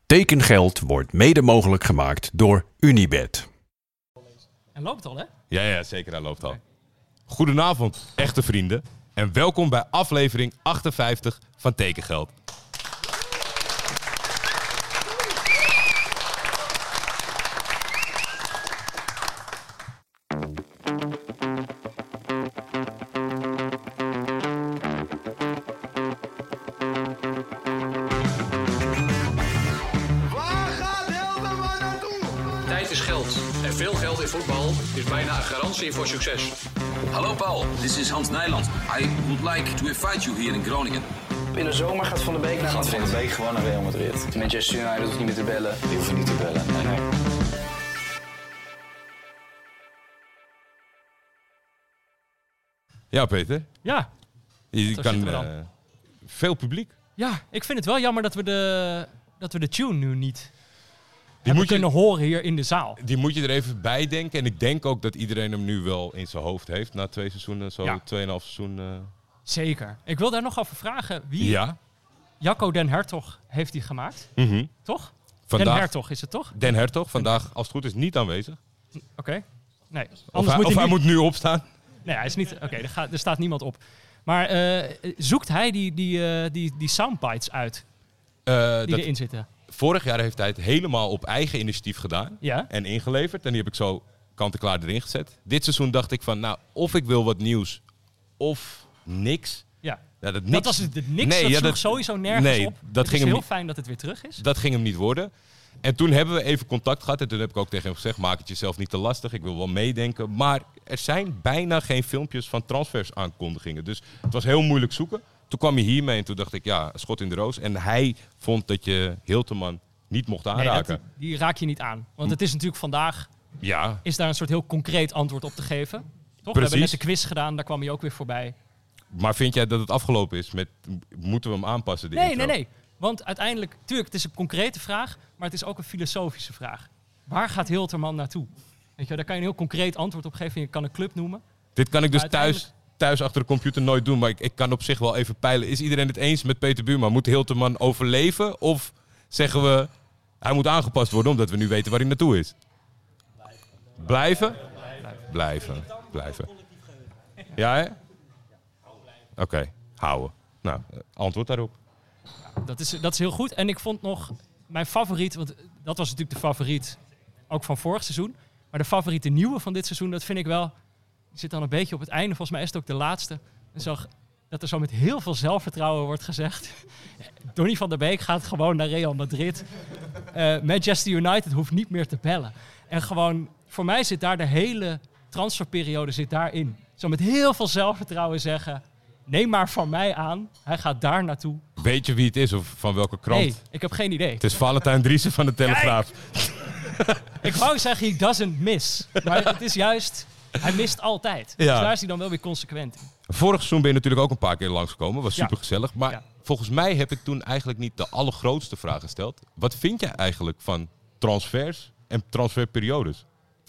Tekengeld wordt mede mogelijk gemaakt door Unibet. En loopt al, hè? Ja, zeker. Hij loopt al. Goedenavond, echte vrienden. En welkom bij aflevering 58 van Tekengeld. Tijd is geld. En veel geld in voetbal is bijna een garantie voor succes. Hallo Paul, this is Hans Nijland. I would like to invite you here in Groningen. In de zomer gaat Van der Beek naar Van der Beek gewoon naar Real Madrid. Manchester United hoeft niet meer te bellen. Die hoeven niet te bellen. Nee. Ja, Peter. Ja. Je Zo kan zitten we dan. veel publiek. Ja, ik vind het wel jammer dat we de tune nu niet moet je- kunnen horen hier in de zaal. Die moet je er even bij denken. En ik denk ook dat iedereen hem nu wel in zijn hoofd heeft. Na 2 seizoenen, zo Ja. 2,5 seizoen. Zeker. Ik wil daar nog over vragen. Wie? Ja. Jacco Den Hertog heeft hij gemaakt, Mhm. toch? Vandaag, Den Hertog is het toch? Den Hertog, vandaag als het goed is niet aanwezig. Oké. Nee. Of Anders hij, moet hij nu... moet nu opstaan. Nee, hij is niet... Oké, er staat niemand op. Maar zoekt hij die soundbites uit die Dat, erin zitten? vorig jaar heeft hij het helemaal op eigen initiatief gedaan. Ja? En ingeleverd. En die heb ik zo kant-en-klaar erin gezet. Dit seizoen dacht ik van, nou, of ik wil wat nieuws of niks. Ja. Ja, dat niks. Dat was het niks, Nee, dat ja, sloeg dat- sowieso nergens nee, op. dat Het ging is hem heel niet- fijn dat het weer terug is. Dat ging hem niet worden. En toen hebben we even contact gehad. En toen heb ik ook tegen hem gezegd, maak het jezelf niet te lastig. Ik wil wel meedenken. Maar er zijn bijna geen filmpjes van transfers aankondigingen. Dus het was heel moeilijk zoeken. Toen kwam hij hiermee en toen dacht ik, ja, schot in de roos. En hij vond dat je Hilterman niet mocht Nee, aanraken. die raak je niet aan. Want het is natuurlijk vandaag... Ja, Is daar een soort heel concreet antwoord op te geven? Toch? We Precies. hebben net de quiz gedaan, daar kwam hij ook weer voorbij. maar vind jij dat het afgelopen is met, moeten we hem aanpassen? De intro? Nee. Want uiteindelijk, tuurlijk, het is een concrete vraag, maar het is ook een filosofische vraag. Waar gaat Hilterman naartoe? Weet je, daar kan je een heel concreet antwoord op geven. Je kan een club noemen. Dit kan ik dus Maar uiteindelijk- thuis achter de computer nooit doen. Maar ik kan op zich wel even peilen. Is iedereen het eens met Peter Buurman? Moet Hilterman overleven? Of zeggen we, hij moet aangepast worden omdat we nu weten waar hij naartoe is? Blijven? Blijven. Ja, hè? Oké, houden. Nou, antwoord daarop. Dat is heel goed. En ik vond nog mijn favoriet, want dat was natuurlijk de favoriet ook van vorig seizoen. Maar de favoriete nieuwe van dit seizoen, dat vind ik wel... Die zit dan een beetje op het einde. Volgens mij is het ook de laatste. En zag dat er zo met heel veel zelfvertrouwen wordt gezegd... Donny van der Beek gaat gewoon naar Real Madrid. Manchester United hoeft niet meer te bellen. En gewoon, voor mij zit daar de hele transferperiode zit daarin. Zo met heel veel zelfvertrouwen zeggen... Neem maar van mij aan, hij gaat daar naartoe. Weet je wie het is of van welke krant? Nee, ik heb geen idee. Het is Valentijn Driessen van de Telegraaf. Ik wou zeggen, he doesn't miss. Maar het is juist, hij mist altijd. Ja. Dus daar is hij dan wel weer consequent in. Vorig seizoen ben je natuurlijk ook een paar keer langsgekomen. Was Ja. super gezellig. Maar Ja. volgens mij heb ik toen eigenlijk niet de allergrootste vraag gesteld. Wat vind jij eigenlijk van transfers en transferperiodes?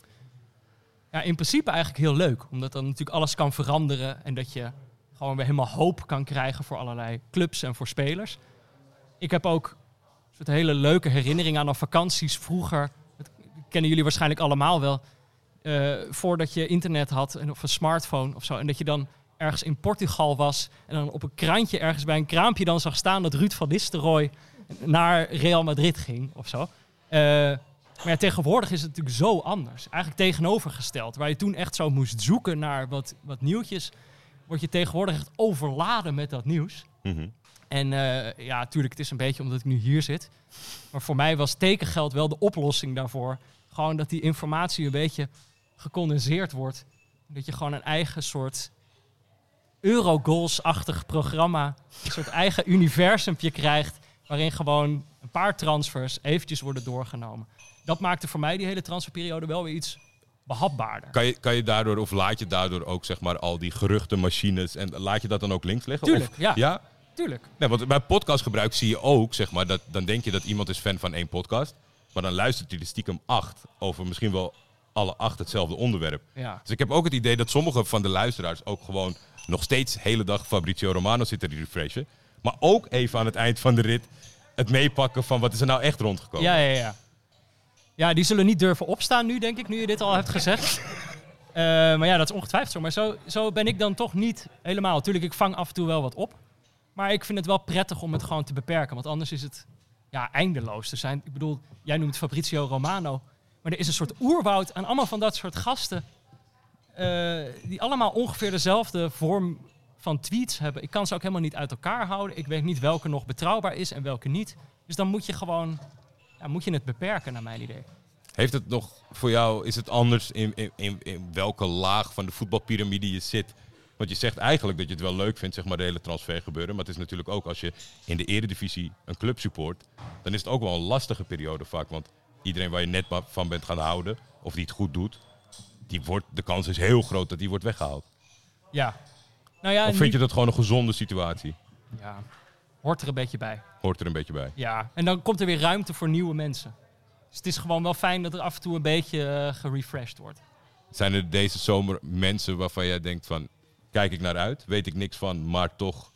Ja, in principe eigenlijk heel leuk. Omdat dan natuurlijk alles kan veranderen. En dat je gewoon weer helemaal hoop kan krijgen voor allerlei clubs en voor spelers. Ik heb ook een soort hele leuke herinneringen aan vakanties vroeger. Dat kennen jullie waarschijnlijk allemaal wel. Voordat je internet had en of een smartphone of zo. En dat je dan ergens in Portugal was. En dan op een krantje ergens bij een kraampje dan zag staan dat Ruud van Nistelrooy naar Real Madrid ging of zo. Maar ja, tegenwoordig is het natuurlijk zo anders. Eigenlijk tegenovergesteld. Waar je toen echt zo moest zoeken naar wat nieuwtjes, word je tegenwoordig echt overladen met dat nieuws. En ja, natuurlijk, het is een beetje omdat ik nu hier zit. Maar voor mij was tekengeld wel de oplossing daarvoor. Gewoon dat die informatie een beetje gecondenseerd wordt. Dat je gewoon een eigen soort Eurogoals-achtig programma, een soort eigen universumpje krijgt, waarin gewoon een paar transfers eventjes worden doorgenomen. Dat maakte voor mij die hele transferperiode wel weer iets behapbaarder. Kan je daardoor, of laat je daardoor ook zeg maar al die geruchtenmachines, en laat je dat dan ook links liggen? Tuurlijk, Of, ja. Ja? Tuurlijk. Nee, want bij podcastgebruik zie je ook, zeg maar, dan denk je dat iemand is fan van één podcast. Maar dan luistert hij er stiekem 8 over misschien wel alle 8 hetzelfde onderwerp. Ja. Dus ik heb ook het idee dat sommige van de luisteraars ook gewoon nog steeds de hele dag Fabrizio Romano zitten te refreshen. Maar ook even aan het eind van de rit het meepakken van wat is er nou echt rondgekomen. Ja. Ja, die zullen niet durven opstaan nu, denk ik, nu je dit al hebt gezegd. Maar ja, dat is ongetwijfeld zo. Maar zo ben ik dan toch niet helemaal. Tuurlijk, ik vang af en toe wel wat op. Maar ik vind het wel prettig om het gewoon te beperken. Want anders is het eindeloos. Ik bedoel, jij noemt Fabrizio Romano. Maar er is een soort oerwoud aan allemaal van dat soort gasten. Die allemaal ongeveer dezelfde vorm van tweets hebben. Ik kan ze ook helemaal niet uit elkaar houden. Ik weet niet welke nog betrouwbaar is en welke niet. Dus dan moet je gewoon moet je het beperken, naar mijn idee. Heeft het nog voor jou, is het anders in welke laag van de voetbalpyramide je zit? Want je zegt eigenlijk dat je het wel leuk vindt, zeg maar, de hele transfergebeuren. Maar het is natuurlijk ook als je in de eredivisie een club support, dan is het ook wel een lastige periode vaak. Want iedereen waar je net van bent gaan houden, of die het goed doet, de kans is heel groot dat die wordt weggehaald. Ja. Nou ja, of vind je dat gewoon een gezonde situatie? Ja, hoort er een beetje bij. Hoort er een beetje bij. Ja, en dan komt er weer ruimte voor nieuwe mensen. Dus het is gewoon wel fijn dat er af en toe een beetje gerefreshed wordt. Zijn er deze zomer mensen waarvan jij denkt van, kijk ik naar uit, weet ik niks van, maar toch...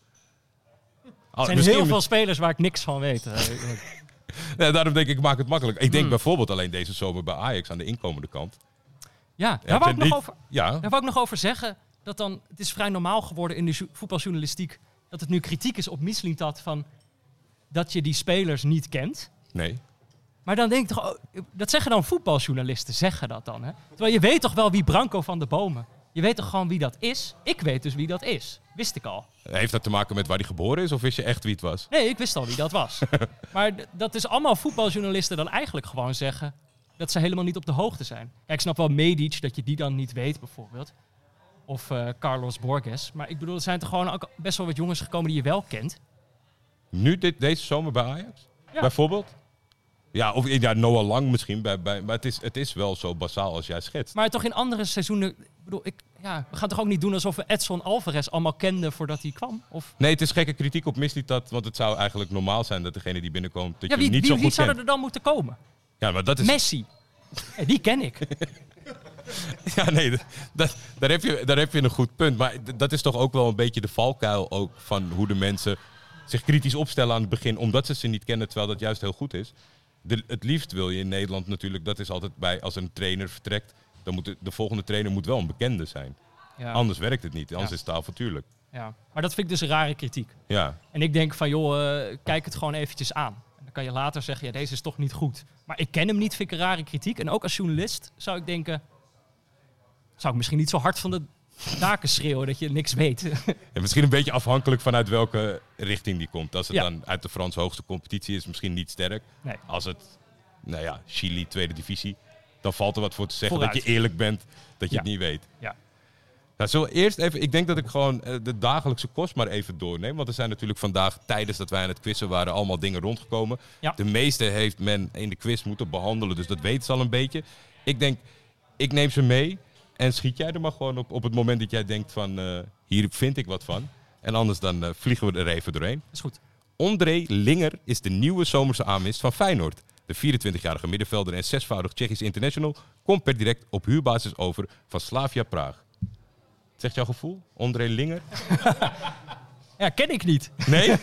Er zijn heel veel spelers waar ik niks van weet. Nee, daarom denk ik maak het makkelijk. Ik denk bijvoorbeeld alleen deze zomer bij Ajax aan de inkomende kant. Ja, daar wou ik nog over zeggen. Dat dan, het is vrij normaal geworden in de voetbaljournalistiek dat het nu kritiek is op Mislintat van dat je die spelers niet kent. Nee. Maar dan denk ik toch, dat zeggen dan voetbaljournalisten, zeggen dat dan. Hè? Terwijl je weet toch wel wie Branco van de Bomen. Je weet toch gewoon wie dat is? Ik weet dus wie dat is. Wist ik al. Heeft dat te maken met waar hij geboren is of wist je echt wie het was? Nee, ik wist al wie dat was. Maar dat is allemaal voetbaljournalisten dan eigenlijk gewoon zeggen dat ze helemaal niet op de hoogte zijn. Ja, ik snap wel Medic, dat je die dan niet weet bijvoorbeeld. Of Carlos Borges. Maar ik bedoel, er zijn toch gewoon ook best wel wat jongens gekomen die je wel kent. Nu deze zomer bij Ajax? Ja. Bijvoorbeeld? Ja, of Noah Lang misschien. Maar het is wel zo basaal als jij schetst. Maar toch in andere seizoenen... Ik bedoel, we gaan toch ook niet doen alsof we Edson Alvarez allemaal kenden voordat hij kwam? Of? Nee, het is gekke kritiek op Mislintat. Want het zou eigenlijk normaal zijn dat degene die binnenkomt, dat je niet zo goed kent. Wie zou er dan moeten komen? Ja, maar dat is... Messi. Ja, die ken ik. Ja, nee, daar heb je een goed punt. Maar dat is toch ook wel een beetje de valkuil ook van hoe de mensen zich kritisch opstellen aan het begin, omdat ze niet kennen, terwijl dat juist heel goed is. Het liefst wil je in Nederland natuurlijk, dat is altijd bij, als een trainer vertrekt, dan moet de volgende trainer moet wel een bekende zijn. Ja. Anders werkt het niet, anders is het avontuurlijk. Ja, maar dat vind ik dus een rare kritiek. Ja. En ik denk van, kijk het gewoon eventjes aan. En dan kan je later zeggen, deze is toch niet goed. Maar ik ken hem niet, vind ik een rare kritiek. En ook als journalist zou ik denken, zou ik misschien niet zo hard van de daken schreeuwen dat je niks weet. Ja, misschien een beetje afhankelijk vanuit welke richting die komt. Als het dan uit de Franse hoogste competitie is, misschien niet sterk. Nee. Als het, Chili, tweede divisie, dan valt er wat voor te zeggen dat je eerlijk bent dat je het niet weet. Ja. Nou, zullen we eerst even, ik denk dat ik gewoon de dagelijkse kost maar even doorneem. Want er zijn natuurlijk vandaag, tijdens dat wij aan het quizzen waren, allemaal dingen rondgekomen. Ja. De meeste heeft men in de quiz moeten behandelen, dus dat weten ze al een beetje. Ik denk, ik neem ze mee. En schiet jij er maar gewoon op het moment dat jij denkt van, hier vind ik wat van. En anders dan vliegen we er even doorheen. Dat is goed. André Linger is de nieuwe zomerse aanwinst van Feyenoord. De 24-jarige middenvelder en 6-voudig Tsjechisch international komt per direct op huurbasis over van Slavia Praag. Zegt jouw gevoel, André Linger? Ja, ken ik niet. Nee?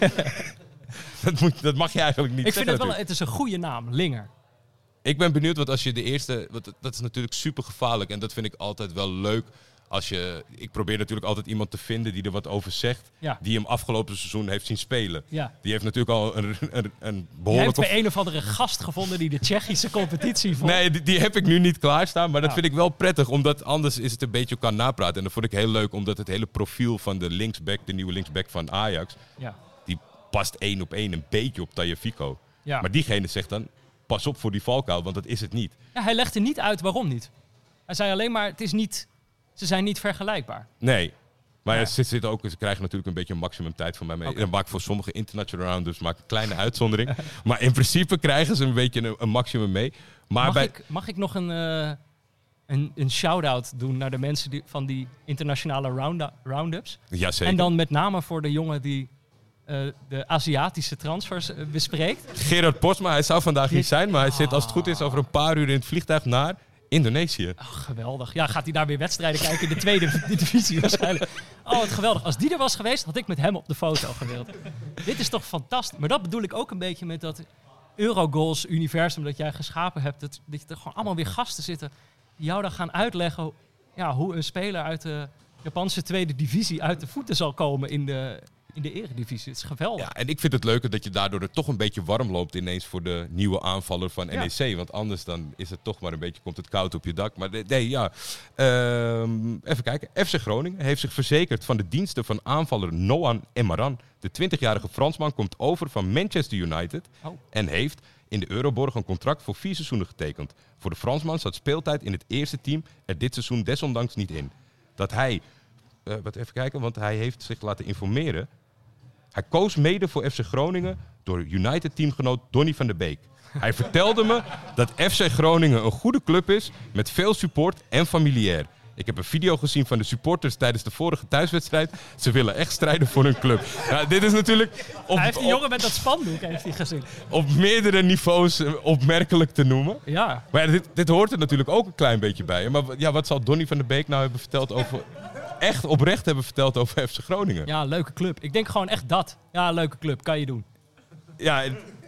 dat mag je eigenlijk niet zeggen. Ik vind het is een goede naam, Linger. Ik ben benieuwd, want als je de eerste... Dat is natuurlijk super gevaarlijk. En dat vind ik altijd wel leuk. Ik probeer natuurlijk altijd iemand te vinden die er wat over zegt. Ja. Die hem afgelopen seizoen heeft zien spelen. Ja. Die heeft natuurlijk al een behoorlijk... Je hebt bij een of andere gast gevonden die de Tsjechische competitie vond. Nee, die heb ik nu niet klaarstaan. Maar dat vind ik wel prettig. Omdat anders is het een beetje elkaar napraten. En dat vond ik heel leuk. Omdat het hele profiel van de nieuwe linksback van Ajax... Ja. Die past 1 op 1 een beetje op Tagliafico. Ja. Maar diegene zegt dan... Pas op voor die valkuil, want dat is het niet. Ja, hij legde niet uit waarom niet. Hij zei alleen maar, ze zijn niet vergelijkbaar. Nee, maar ze krijgen natuurlijk een beetje een maximum tijd van mij mee. Okay. Dan maak ik voor sommige international rounders een kleine uitzondering. Maar in principe krijgen ze een beetje een maximum mee. Maar mag ik nog een shout-out doen naar de mensen van die internationale roundups? Ja, zeker. En dan met name voor de jongen die... de Aziatische transfers bespreekt. Gerard Posma, hij zou vandaag niet zijn, maar hij zit als het goed is over een paar uur in het vliegtuig naar Indonesië. Oh, geweldig. Ja, gaat hij daar weer wedstrijden kijken in de tweede divisie waarschijnlijk. Oh, wat geweldig. Als die er was geweest, had ik met hem op de foto gewild. Dit is toch fantastisch. Maar dat bedoel ik ook een beetje met dat Eurogoals-universum dat jij geschapen hebt. Dat er gewoon allemaal weer gasten zitten die jou dan gaan uitleggen hoe een speler uit de Japanse tweede divisie uit de voeten zal komen in de eredivisie. Het is geweldig. Ja, en ik vind het leuker dat je daardoor er toch een beetje warm loopt ineens voor de nieuwe aanvaller van NEC. Want anders dan is het toch maar een beetje, komt het koud op je dak. Maar even kijken. FC Groningen heeft zich verzekerd van de diensten van aanvaller Noan Emmaran. De 20-jarige Fransman komt over van Manchester United en heeft in de Euroborg een contract voor 4 seizoenen getekend. Voor de Fransman zat speeltijd in het eerste team er dit seizoen desondanks niet in. Dat hij, even kijken, want hij heeft zich laten informeren. Hij koos mede voor FC Groningen door United-teamgenoot Donny van der Beek. Hij vertelde me dat FC Groningen een goede club is met veel support en familiair. Ik heb een video gezien van de supporters tijdens de vorige thuiswedstrijd. Ze willen echt strijden voor hun club. Ja, dit is natuurlijk... Hij heeft die jongen met dat spandoek heeft hij gezien. Op meerdere niveaus opmerkelijk te noemen. Ja. Maar ja, dit hoort er natuurlijk ook een klein beetje bij. Maar ja, wat zal Donny van der Beek nou hebben verteld over... echt oprecht hebben verteld over FC Groningen? Ja, leuke club. Ik denk gewoon echt dat. Ja, leuke club. Kan je doen. Ja,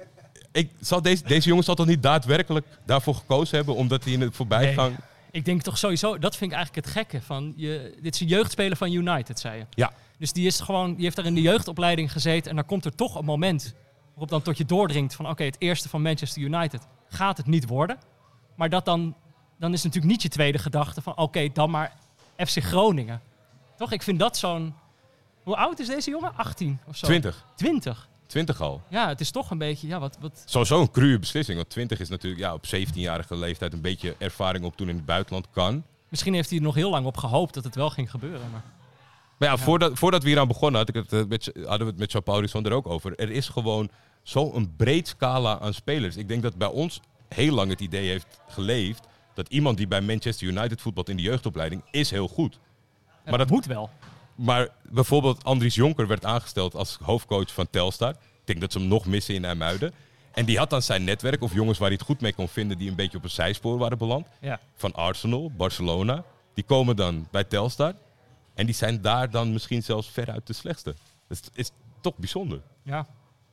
deze jongen zal toch niet daadwerkelijk daarvoor gekozen hebben... omdat hij in het voorbijgang... Nee. Ik denk toch sowieso, dat vind ik eigenlijk het gekke. Dit is een jeugdspeler van United, zei je. Ja. Dus die heeft daar in de jeugdopleiding gezeten. En dan komt er toch een moment waarop dan tot je doordringt van... oké, het eerste van Manchester United gaat het niet worden. Maar dat dan is natuurlijk niet je tweede gedachte van... oké, dan maar FC Groningen. Toch? Ik vind dat zo'n... Hoe oud is deze jongen? 18 of zo? 20 al. Ja, het is toch een beetje... Ja, wat... Sowieso een cruwe beslissing. Want 20 is natuurlijk op 17-jarige leeftijd een beetje ervaring opdoen in het buitenland kan. Misschien heeft hij er nog heel lang op gehoopt dat het wel ging gebeuren. Maar ja, voordat we hier aan begonnen, hadden we het met João Paulisson er ook over. Er is gewoon zo'n breed scala aan spelers. Ik denk dat bij ons heel lang het idee heeft geleefd dat iemand die bij Manchester United voetbalt in de jeugdopleiding is heel goed. Ja, maar dat moet wel. Maar bijvoorbeeld Andries Jonker werd aangesteld als hoofdcoach van Telstar. Ik denk dat ze hem nog missen in IJmuiden. En die had dan zijn netwerk of jongens waar hij het goed mee kon vinden die een beetje op een zijspoor waren beland. Ja. Van Arsenal, Barcelona. Die komen dan bij Telstar. En die zijn daar dan misschien zelfs veruit de slechtste. Dat is toch bijzonder. Ja.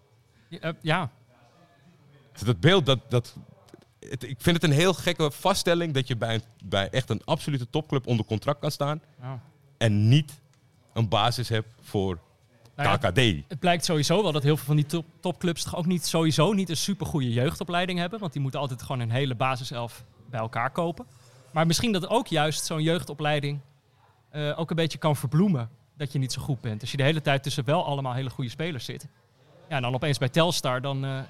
Ja. Dat beeld, ik vind het een heel gekke vaststelling dat je bij echt een absolute topclub onder contract kan staan. Ja. En niet een basis hebt voor KKD. Het blijkt sowieso wel dat heel veel van die topclubs toch ook sowieso niet een supergoeie jeugdopleiding hebben. Want die moeten altijd gewoon een hele basiself bij elkaar kopen. Maar misschien dat ook juist zo'n jeugdopleiding ook een beetje kan verbloemen dat je niet zo goed bent. Als je de hele tijd tussen wel allemaal hele goede spelers zit. Ja, en dan opeens bij Telstar,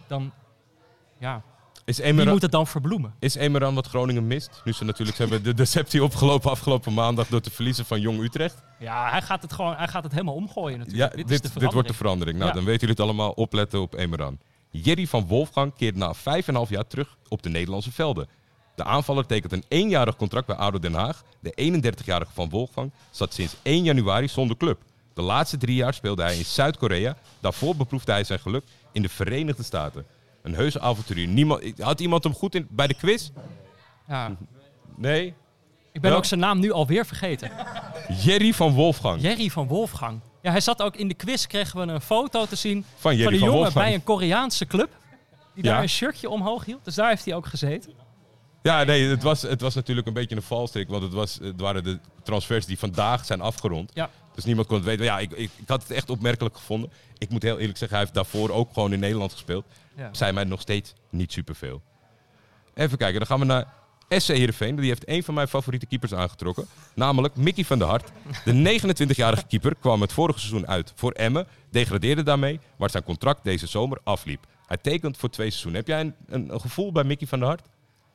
wie moet het dan verbloemen? Is Emmaran wat Groningen mist? Nu ze natuurlijk hebben de deceptie opgelopen afgelopen maandag door te verliezen van Jong Utrecht. Ja, hij gaat het helemaal omgooien natuurlijk. Ja, dit wordt de verandering. Nou, dan weten jullie het allemaal. Opletten op Emmaran. Jerry van Wolfgang keert na 5,5 jaar terug op de Nederlandse velden. De aanvaller tekent een 1-jarig contract bij ADO Den Haag. De 31-jarige van Wolfgang zat sinds 1 januari zonder club. De laatste 3 jaar speelde hij in Zuid-Korea. Daarvoor beproefde hij zijn geluk in de Verenigde Staten. Een heuse avonturier. Had iemand hem goed bij de quiz? Ja. Nee? Ik ben ook zijn naam nu alweer vergeten. Jerry van Wolfgang. Jerry van Wolfgang. Ja, hij zat ook in de quiz, kregen we een foto te zien van een jongen Wolfgang bij een Koreaanse club. Die daar een shirtje omhoog hield. Dus daar heeft hij ook gezeten. Ja, nee, het was natuurlijk een beetje een valstrik. Want het waren de transfers die vandaag zijn afgerond. Ja. Dus niemand kon het weten. Ja, ik had het echt opmerkelijk gevonden. Ik moet heel eerlijk zeggen, hij heeft daarvoor ook gewoon in Nederland gespeeld. Ja. Zei mij nog steeds niet superveel. Even kijken, dan gaan we naar SC Heerenveen. Die heeft een van mijn favoriete keepers aangetrokken. Namelijk Mickey van der Hart. De 29-jarige keeper kwam het vorige seizoen uit voor Emmen. Degradeerde daarmee, waar zijn contract deze zomer afliep. Hij tekent voor 2 seizoenen. Heb jij een gevoel bij Mickey van der Hart?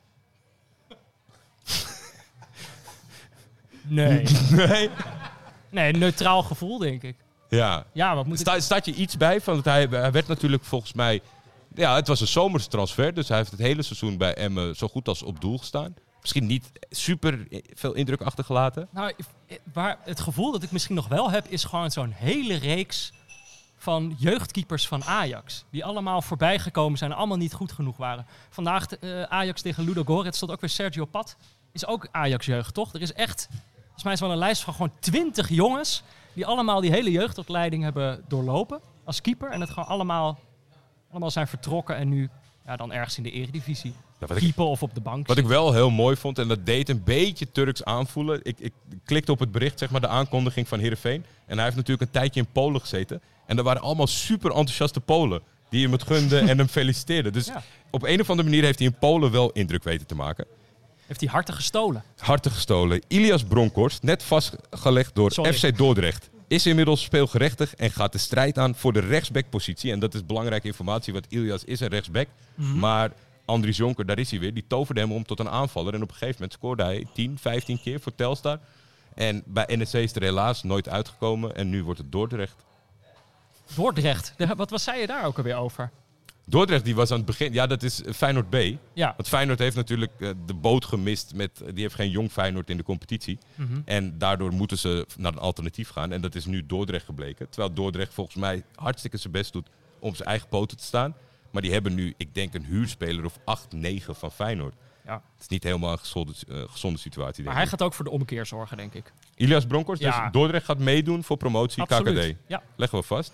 Nee. Nee, een neutraal gevoel, denk ik. Ja. Ja, wat moet Staat je iets bij? Van dat hij werd natuurlijk volgens mij... Ja, het was een zomerse transfer. Dus hij heeft het hele seizoen bij Emmen zo goed als op doel gestaan. Misschien niet super veel indruk achtergelaten. Nou, het gevoel dat ik misschien nog wel heb... is gewoon zo'n hele reeks van jeugdkeepers van Ajax. Die allemaal voorbij gekomen zijn en allemaal niet goed genoeg waren. Vandaag Ajax tegen Ludogorets stond ook weer Sergio Pat. Is ook Ajax-jeugd, toch? Er is echt... Volgens mij is wel een lijst van gewoon 20 jongens die allemaal die hele jeugdopleiding hebben doorlopen als keeper. En het gewoon allemaal zijn vertrokken en nu dan ergens in de eredivisie keepen of op de bank. Wat ik wel heel mooi vond, en dat deed een beetje Turks aanvoelen. Ik klikte op het bericht, zeg maar, de aankondiging van Heerenveen. En hij heeft natuurlijk een tijdje in Polen gezeten. En er waren allemaal super enthousiaste Polen die hem het gunden en hem feliciteerden. Dus op een of andere manier heeft hij in Polen wel indruk weten te maken. Heeft hij harten gestolen. Harten gestolen. Ilias Bronkhorst, net vastgelegd door FC Dordrecht, is inmiddels speelgerechtig en gaat de strijd aan voor de rechtsbackpositie. En dat is belangrijke informatie, want Ilias is een rechtsback. Maar Andries Jonker, daar is hij weer, die toverde hem om tot een aanvaller. En op een gegeven moment scoorde hij 10, 15 keer voor Telstar. En bij NEC is er helaas nooit uitgekomen en nu wordt het Dordrecht. Dordrecht? Wat zei je daar ook alweer over? Dordrecht die was aan het begin, dat is Feyenoord B. Ja. Want Feyenoord heeft natuurlijk de boot gemist, die heeft geen jong Feyenoord in de competitie. En daardoor moeten ze naar een alternatief gaan. En dat is nu Dordrecht gebleken. Terwijl Dordrecht volgens mij hartstikke zijn best doet om op zijn eigen poten te staan. Maar die hebben nu, ik denk, een huurspeler of 8, 9 van Feyenoord. Ja. Het is niet helemaal een gezonde situatie. Maar hij gaat ook voor de omkeer zorgen, denk ik. Ilias Bronkhorst, dus Dordrecht gaat meedoen voor promotie. Absoluut. KKD. Ja. Leggen we vast.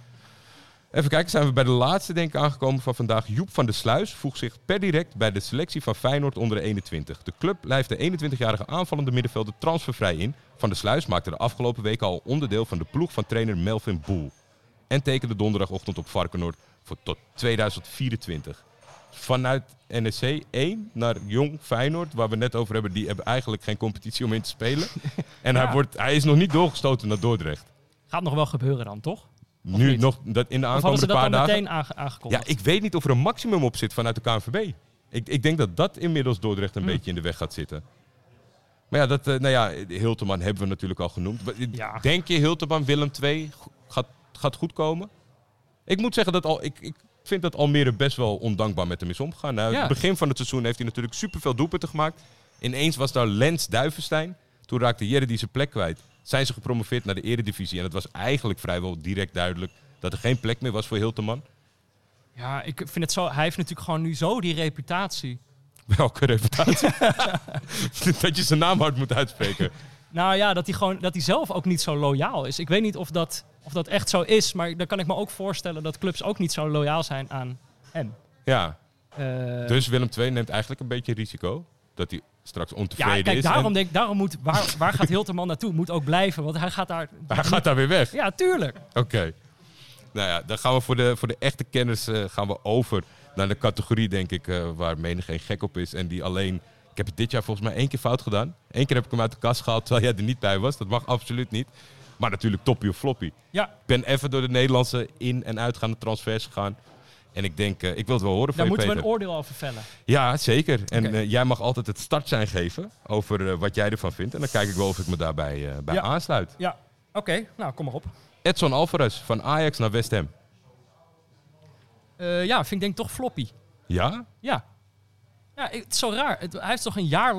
Even kijken, zijn we bij de laatste denk ik aangekomen van vandaag. Joep van der Sluis voegt zich per direct bij de selectie van Feyenoord onder de 21. De club lijft de 21-jarige aanvallende middenvelder transfervrij in. Van der Sluis maakte de afgelopen weken al onderdeel van de ploeg van trainer Melvin Boel. En tekende donderdagochtend op Varkenoord voor tot 2024. Vanuit NEC 1 naar Jong Feyenoord, waar we net over hebben, die hebben eigenlijk geen competitie om in te spelen. En hij is nog niet doorgestoten naar Dordrecht. Gaat nog wel gebeuren dan, toch? Nu nog dat in de aankomende paar dagen. Meteen aangekondigd? Ja, ik weet niet of er een maximum op zit vanuit de KNVB. Ik denk dat dat inmiddels Dordrecht een beetje in de weg gaat zitten. Maar Hilterman hebben we natuurlijk al genoemd. Ja. Denk je Hilterman Willem II gaat goed komen? Ik moet zeggen ik vind dat Almere best wel ondankbaar met hem is omgegaan. Nou, het begin van het seizoen heeft hij natuurlijk superveel doelpunten gemaakt. Ineens was daar Lens Duivenstein. Toen raakte Jerry die zijn plek kwijt. Zijn ze gepromoveerd naar de eredivisie. En het was eigenlijk vrijwel direct duidelijk dat er geen plek meer was voor Hilterman. Ja, ik vind het zo. Hij heeft natuurlijk gewoon nu zo die reputatie. Welke reputatie? Dat je zijn naam hard moet uitspreken. Nou ja, dat hij zelf ook niet zo loyaal is. Ik weet niet of dat echt zo is. Maar dan kan ik me ook voorstellen dat clubs ook niet zo loyaal zijn aan hem. Ja. Dus Willem II neemt eigenlijk een beetje risico. Dat hij straks ontevreden is. Waar gaat Hilterman naartoe? Moet ook blijven, want hij gaat daar... Hij gaat daar weer weg? Ja, tuurlijk. Oké. Nou ja, dan gaan we voor de echte kenners gaan we over naar de categorie, denk ik, waar menigeen gek op is. En die alleen... Ik heb het dit jaar volgens mij 1 keer fout gedaan. 1 keer heb ik hem uit de kast gehaald, terwijl jij er niet bij was. Dat mag absoluut niet. Maar natuurlijk toppie of floppy. Ja. Ik ben even door de Nederlandse in- en uitgaande transfers gegaan. En ik denk, ik wil het wel horen van je, Daar moeten Peter. we een oordeel over vellen. Ja, zeker. En jij mag altijd het startsein geven over wat jij ervan vindt. En dan kijk ik wel of ik me daarbij aansluit. Ja, oké. Nou, kom maar op. Edson Alvarez van Ajax naar West Ham. Vind ik denk toch floppy. Ja? Ja. Ja, het is zo raar. Hij heeft toch een jaar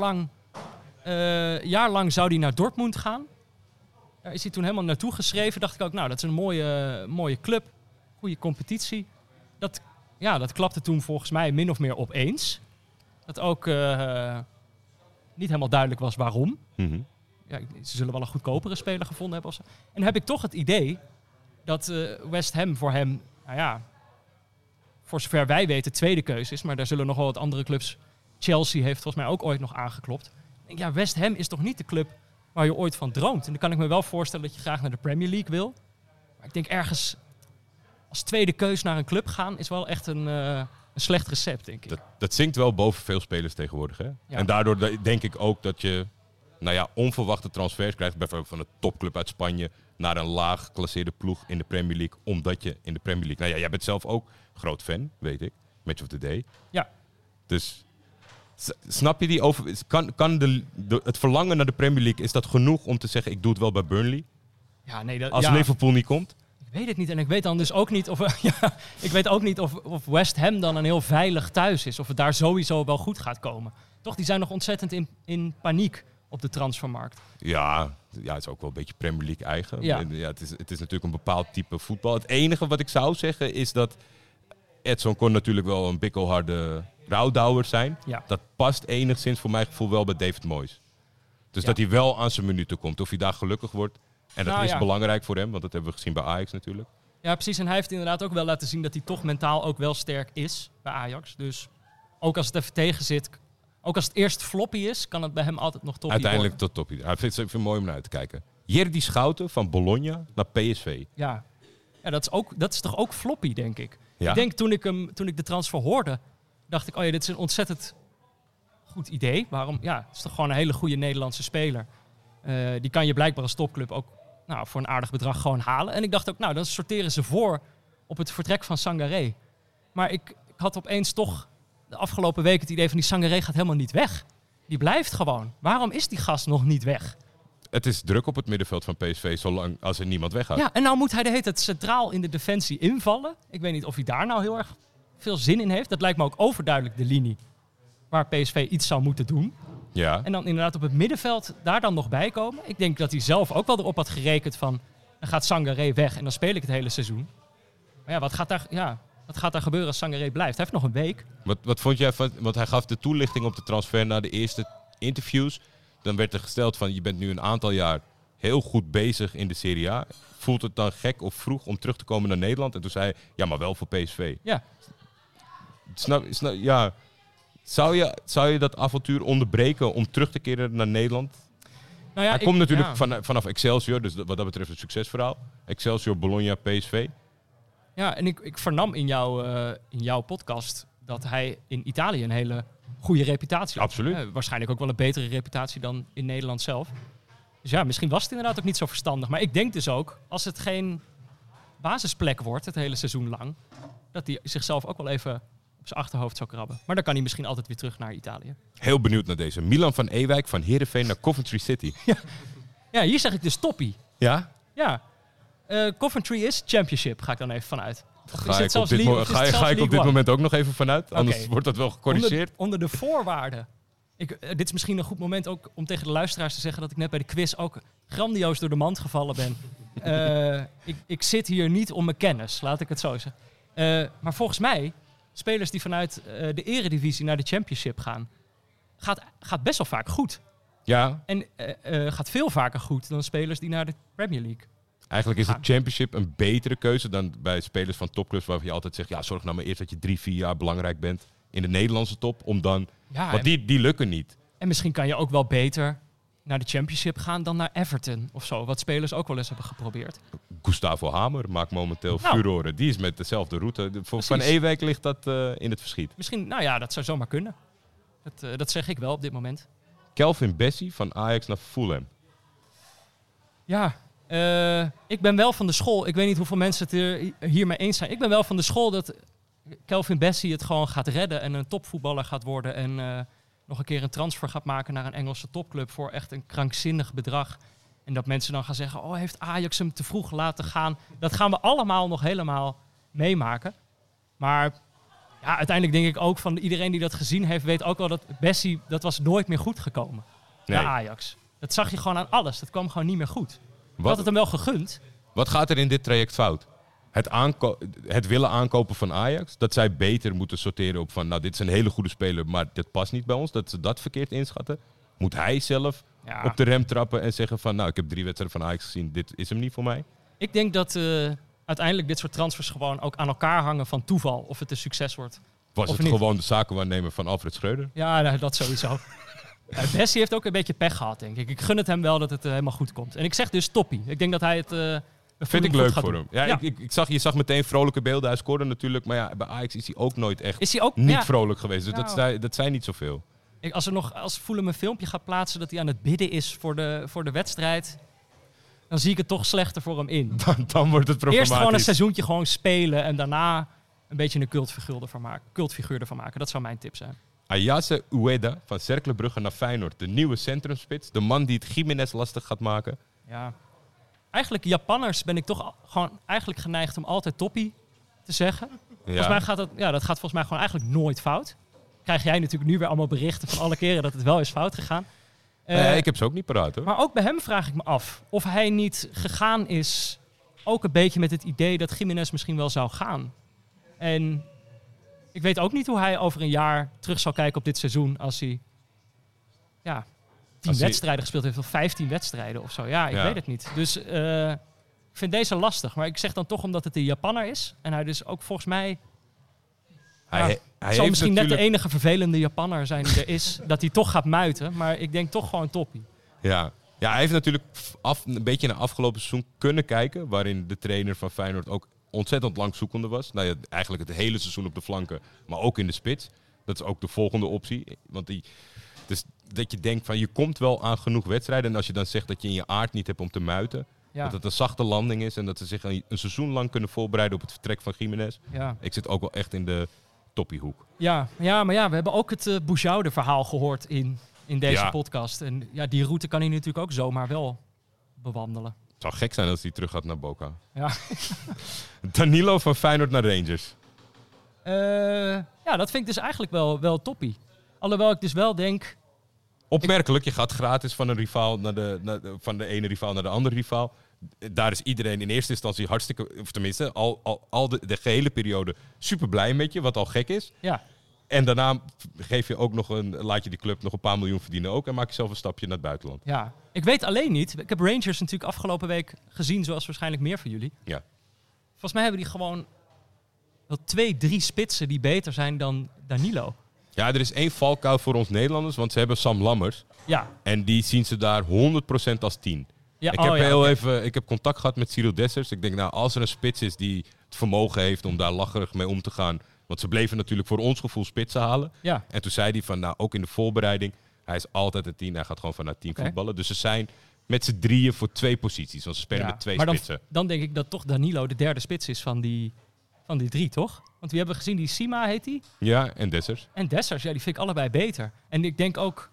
lang zou hij naar Dortmund gaan. Daar is hij toen helemaal naartoe geschreven. Dacht ik ook, nou, dat is een mooie club. Goede competitie. Dat klapte toen volgens mij min of meer opeens. Dat ook niet helemaal duidelijk was waarom. Mm-hmm. Ja, ze zullen wel een goedkopere speler gevonden hebben. Of zo. En dan heb ik toch het idee dat West Ham voor hem, voor zover wij weten, tweede keuze is. Maar daar zullen nog wel wat andere clubs. Chelsea heeft volgens mij ook ooit nog aangeklopt. Ik denk, West Ham is toch niet de club waar je ooit van droomt. En dan kan ik me wel voorstellen dat je graag naar de Premier League wil. Maar ik denk ergens als tweede keus naar een club gaan is wel echt een slecht recept, denk ik. Dat zinkt wel boven veel spelers tegenwoordig. Hè? Ja. En daardoor denk ik ook dat je onverwachte transfers krijgt. Bijvoorbeeld van een topclub uit Spanje naar een laag geclasseerde ploeg in de Premier League. Omdat je in de Premier League... Nou ja, jij bent zelf ook groot fan, weet ik. Match of the Day. Ja. Dus snap je die over... Kan het verlangen naar de Premier League, is dat genoeg om te zeggen, ik doe het wel bij Burnley? Ja, nee, als Liverpool niet komt? Ik weet het niet. En ik weet dan dus ook niet of West Ham dan een heel veilig thuis is. Of het daar sowieso wel goed gaat komen. Toch, die zijn nog ontzettend in paniek op de transfermarkt. Ja, het is ook wel een beetje Premier League eigen. Ja. Het is natuurlijk een bepaald type voetbal. Het enige wat ik zou zeggen is dat Edson kon natuurlijk wel een bikkelharde rouwdouwer zijn. Ja. Dat past enigszins voor mijn gevoel wel bij David Moyes. Dus dat hij wel aan zijn minuten komt. Of hij daar gelukkig wordt, En dat Nou, is ja. belangrijk voor hem, want dat hebben we gezien bij Ajax natuurlijk. Ja, precies. En hij heeft inderdaad ook wel laten zien dat hij toch mentaal ook wel sterk is bij Ajax. Dus ook als het even tegen zit, ook als het eerst floppy is, kan het bij hem altijd nog toppie Uiteindelijk worden. tot toppie. Hij vindt het mooi om naar uit te kijken. Jerdy Schouten van Bologna naar PSV. Ja, dat is toch ook floppy, denk ik. Ja. Ik denk toen ik de transfer hoorde, dacht ik, oh ja, dit is een ontzettend goed idee. Waarom? Ja, het is toch gewoon een hele goede Nederlandse speler. Die kan je blijkbaar als topclub ook voor een aardig bedrag gewoon halen. En ik dacht ook, nou, dan sorteren ze voor op het vertrek van Sangaré. Maar ik had opeens toch de afgelopen week het idee van die Sangaré gaat helemaal niet weg. Die blijft gewoon. Waarom is die gast nog niet weg? Het is druk op het middenveld van PSV, zolang als er niemand weggaat. Ja, en nou moet hij de hele tijd centraal in de defensie invallen. Ik weet niet of hij daar nou heel erg veel zin in heeft. Dat lijkt me ook overduidelijk de linie waar PSV iets zou moeten doen. Ja. En dan inderdaad op het middenveld daar dan nog bij komen. Ik denk dat hij zelf ook wel erop had gerekend van, dan gaat Sangaré weg en dan speel ik het hele seizoen. Maar ja, wat gaat daar gebeuren als Sangaré blijft? Hij heeft nog een week. Wat vond jij van, want hij gaf de toelichting op de transfer na de eerste interviews. Dan werd er gesteld van, je bent nu een aantal jaar heel goed bezig in de Serie A. Voelt het dan gek of vroeg om terug te komen naar Nederland? En toen zei hij, ja, maar wel voor PSV. Ja. Ja. Zou je dat avontuur onderbreken om terug te keren naar Nederland? Nou ja, Hij komt natuurlijk vanaf Excelsior, dus wat dat betreft een succesverhaal. Excelsior, Bologna, PSV. Ja, en ik vernam in jouw podcast dat hij in Italië een hele goede reputatie had. Absoluut. Waarschijnlijk ook wel een betere reputatie dan in Nederland zelf. Dus ja, misschien was het inderdaad ook niet zo verstandig. Maar ik denk dus ook, als het geen basisplek wordt het hele seizoen lang, dat hij zichzelf ook wel even op zijn achterhoofd zou krabben. Maar dan kan hij misschien altijd weer terug naar Italië. Heel benieuwd naar deze. Milan van Ewijk van Heerenveen naar Coventry City. Ja, hier zeg ik dus toppie. Ja? Ja. Coventry is Championship, ga ik dan even vanuit. Of Ga ik op dit moment ook nog even vanuit? Anders wordt dat wel gecorrigeerd. Onder de voorwaarden. Dit is misschien een goed moment ook om tegen de luisteraars te zeggen dat ik net bij de quiz ook grandioos door de mand gevallen ben. Ik zit hier niet om mijn kennis, laat ik het zo zeggen. Maar volgens mij, spelers die vanuit de eredivisie naar de Championship gaan, gaat best wel vaak goed. Ja. En gaat veel vaker goed dan spelers die naar de Premier League. Eigenlijk is de Championship een betere keuze dan bij spelers van topclubs waarvan je altijd zegt, ja, zorg nou maar eerst dat je 3-4 jaar belangrijk bent in de Nederlandse top, om dan... Ja, want die lukken niet. En misschien kan je ook wel beter naar de Championship gaan dan naar Everton of zo. Wat spelers ook wel eens hebben geprobeerd. Gustavo Hamer maakt momenteel furoren. Die is met dezelfde route. Voor Van Ewijk ligt dat in het verschiet. Misschien, dat zou zomaar kunnen. Dat zeg ik wel op dit moment. Kelvin Bessie van Ajax naar Fulham. Ja, ik ben wel van de school. Ik weet niet hoeveel mensen het hiermee eens zijn. Ik ben wel van de school dat Kelvin Bessie het gewoon gaat redden en een topvoetballer gaat worden. En nog een keer een transfer gaat maken naar een Engelse topclub voor echt een krankzinnig bedrag. En dat mensen dan gaan zeggen, oh, heeft Ajax hem te vroeg laten gaan? Dat gaan we allemaal nog helemaal meemaken. Maar ja, uiteindelijk denk ik ook van iedereen die dat gezien heeft, weet ook wel dat Bessie, dat was nooit meer goed gekomen bij Ajax. Dat zag je gewoon aan alles. Dat kwam gewoon niet meer goed. Ik had het hem wel gegund. Wat gaat er in dit traject fout? Het willen aankopen van Ajax, dat zij beter moeten sorteren op van, nou, dit is een hele goede speler, maar dit past niet bij ons, dat ze dat verkeerd inschatten. Moet hij zelf op de rem trappen en zeggen van, nou, ik heb 3 wedstrijden van Ajax gezien, dit is hem niet voor mij? Ik denk dat uiteindelijk dit soort transfers gewoon ook aan elkaar hangen van toeval, of het een succes wordt. Was het gewoon de zakenwaarnemer van Alfred Schreuder? Ja, dat sowieso. Bessie heeft ook een beetje pech gehad, denk ik. Ik gun het hem wel dat het helemaal goed komt. En ik zeg dus toppie. Ik denk dat hij het... vind ik leuk voor hem. Ja. Je zag meteen vrolijke beelden. Hij scoorde natuurlijk. Maar ja, bij Ajax is hij ook nooit echt niet vrolijk geweest. Dus dat zijn niet zoveel. Als Fulham een filmpje gaat plaatsen dat hij aan het bidden is voor de wedstrijd, dan zie ik het toch slechter voor hem in. Dan wordt het problematisch. Eerst gewoon een seizoentje gewoon spelen en daarna een beetje een cultfiguur ervan maken. Dat zou mijn tip zijn. Ayase Ueda van Cercle Brugge naar Feyenoord. De nieuwe centrumspits. De man die het Jiménez lastig gaat maken. Ja. Eigenlijk Japanners ben ik toch gewoon eigenlijk geneigd om altijd toppie te zeggen. Ja. Volgens mij gaat dat gaat volgens mij gewoon eigenlijk nooit fout. Krijg jij natuurlijk nu weer allemaal berichten van alle keren dat het wel is fout gegaan. Ik heb ze ook niet paraat, hoor. Maar ook bij hem vraag ik me af of hij niet gegaan is, ook een beetje met het idee dat Jiménez misschien wel zou gaan. En ik weet ook niet hoe hij over een jaar terug zal kijken op dit seizoen als hij 10 wedstrijden gespeeld heeft, of 15 wedstrijden of zo. Ja, ik weet het niet. Dus ik vind deze lastig. Maar ik zeg dan toch omdat het een Japanner is. En hij dus ook volgens mij... Hij zal misschien net de enige vervelende Japanner zijn die er is. Dat hij toch gaat muiten. Maar ik denk toch gewoon toppie. Ja, hij heeft natuurlijk een beetje naar afgelopen seizoen kunnen kijken. Waarin de trainer van Feyenoord ook ontzettend lang zoekende was. Nou ja, eigenlijk het hele seizoen op de flanken. Maar ook in de spits. Dat is ook de volgende optie. Want dus dat je denkt van je komt wel aan genoeg wedstrijden. En als je dan zegt dat je in je aard niet hebt om te muiten. Ja. Dat het een zachte landing is. En dat ze zich een seizoen lang kunnen voorbereiden op het vertrek van Gimenez. Ja. Ik zit ook wel echt in de toppiehoek. Ja, maar we hebben ook het Boujoude-verhaal gehoord in deze podcast. En ja, die route kan hij natuurlijk ook zomaar wel bewandelen. Het zou gek zijn als hij terug gaat naar Boca. Ja. Danilo van Feyenoord naar Rangers. Ja, dat vind ik dus eigenlijk wel toppie. Alhoewel ik dus wel denk... Opmerkelijk, je gaat gratis van een rivaal van de ene rivaal naar de andere rivaal. Daar is iedereen in eerste instantie hartstikke... Of tenminste, al de gehele periode super blij met je, wat al gek is. Ja. En daarna geef je ook laat je die club nog een paar miljoen verdienen ook. En maak je zelf een stapje naar het buitenland. Ja, ik weet alleen niet. Ik heb Rangers natuurlijk afgelopen week gezien, zoals waarschijnlijk meer van jullie. Ja. Volgens mij hebben die gewoon wel 2-3 spitsen die beter zijn dan Danilo. Ja, er is één valkuil voor ons Nederlanders, want ze hebben Sam Lammers. Ja. En die zien ze daar 100% als 10. Ja, ik heb contact gehad met Cyril Dessers. Ik denk, als er een spits is die het vermogen heeft om daar lacherig mee om te gaan. Want ze bleven natuurlijk voor ons gevoel spitsen halen. Ja. En toen zei hij van, ook in de voorbereiding, hij is altijd een 10. Hij gaat gewoon vanuit 10 voetballen. Dus ze zijn met z'n drieën voor 2 posities. Want ze spelen met 2 spitsen. Dan denk ik dat toch Danilo de derde spits is van die 3, toch? Want we hebben gezien, die Sima heet die. Ja, en Dessers. En Dessers, ja, die vind ik allebei beter. En ik denk ook,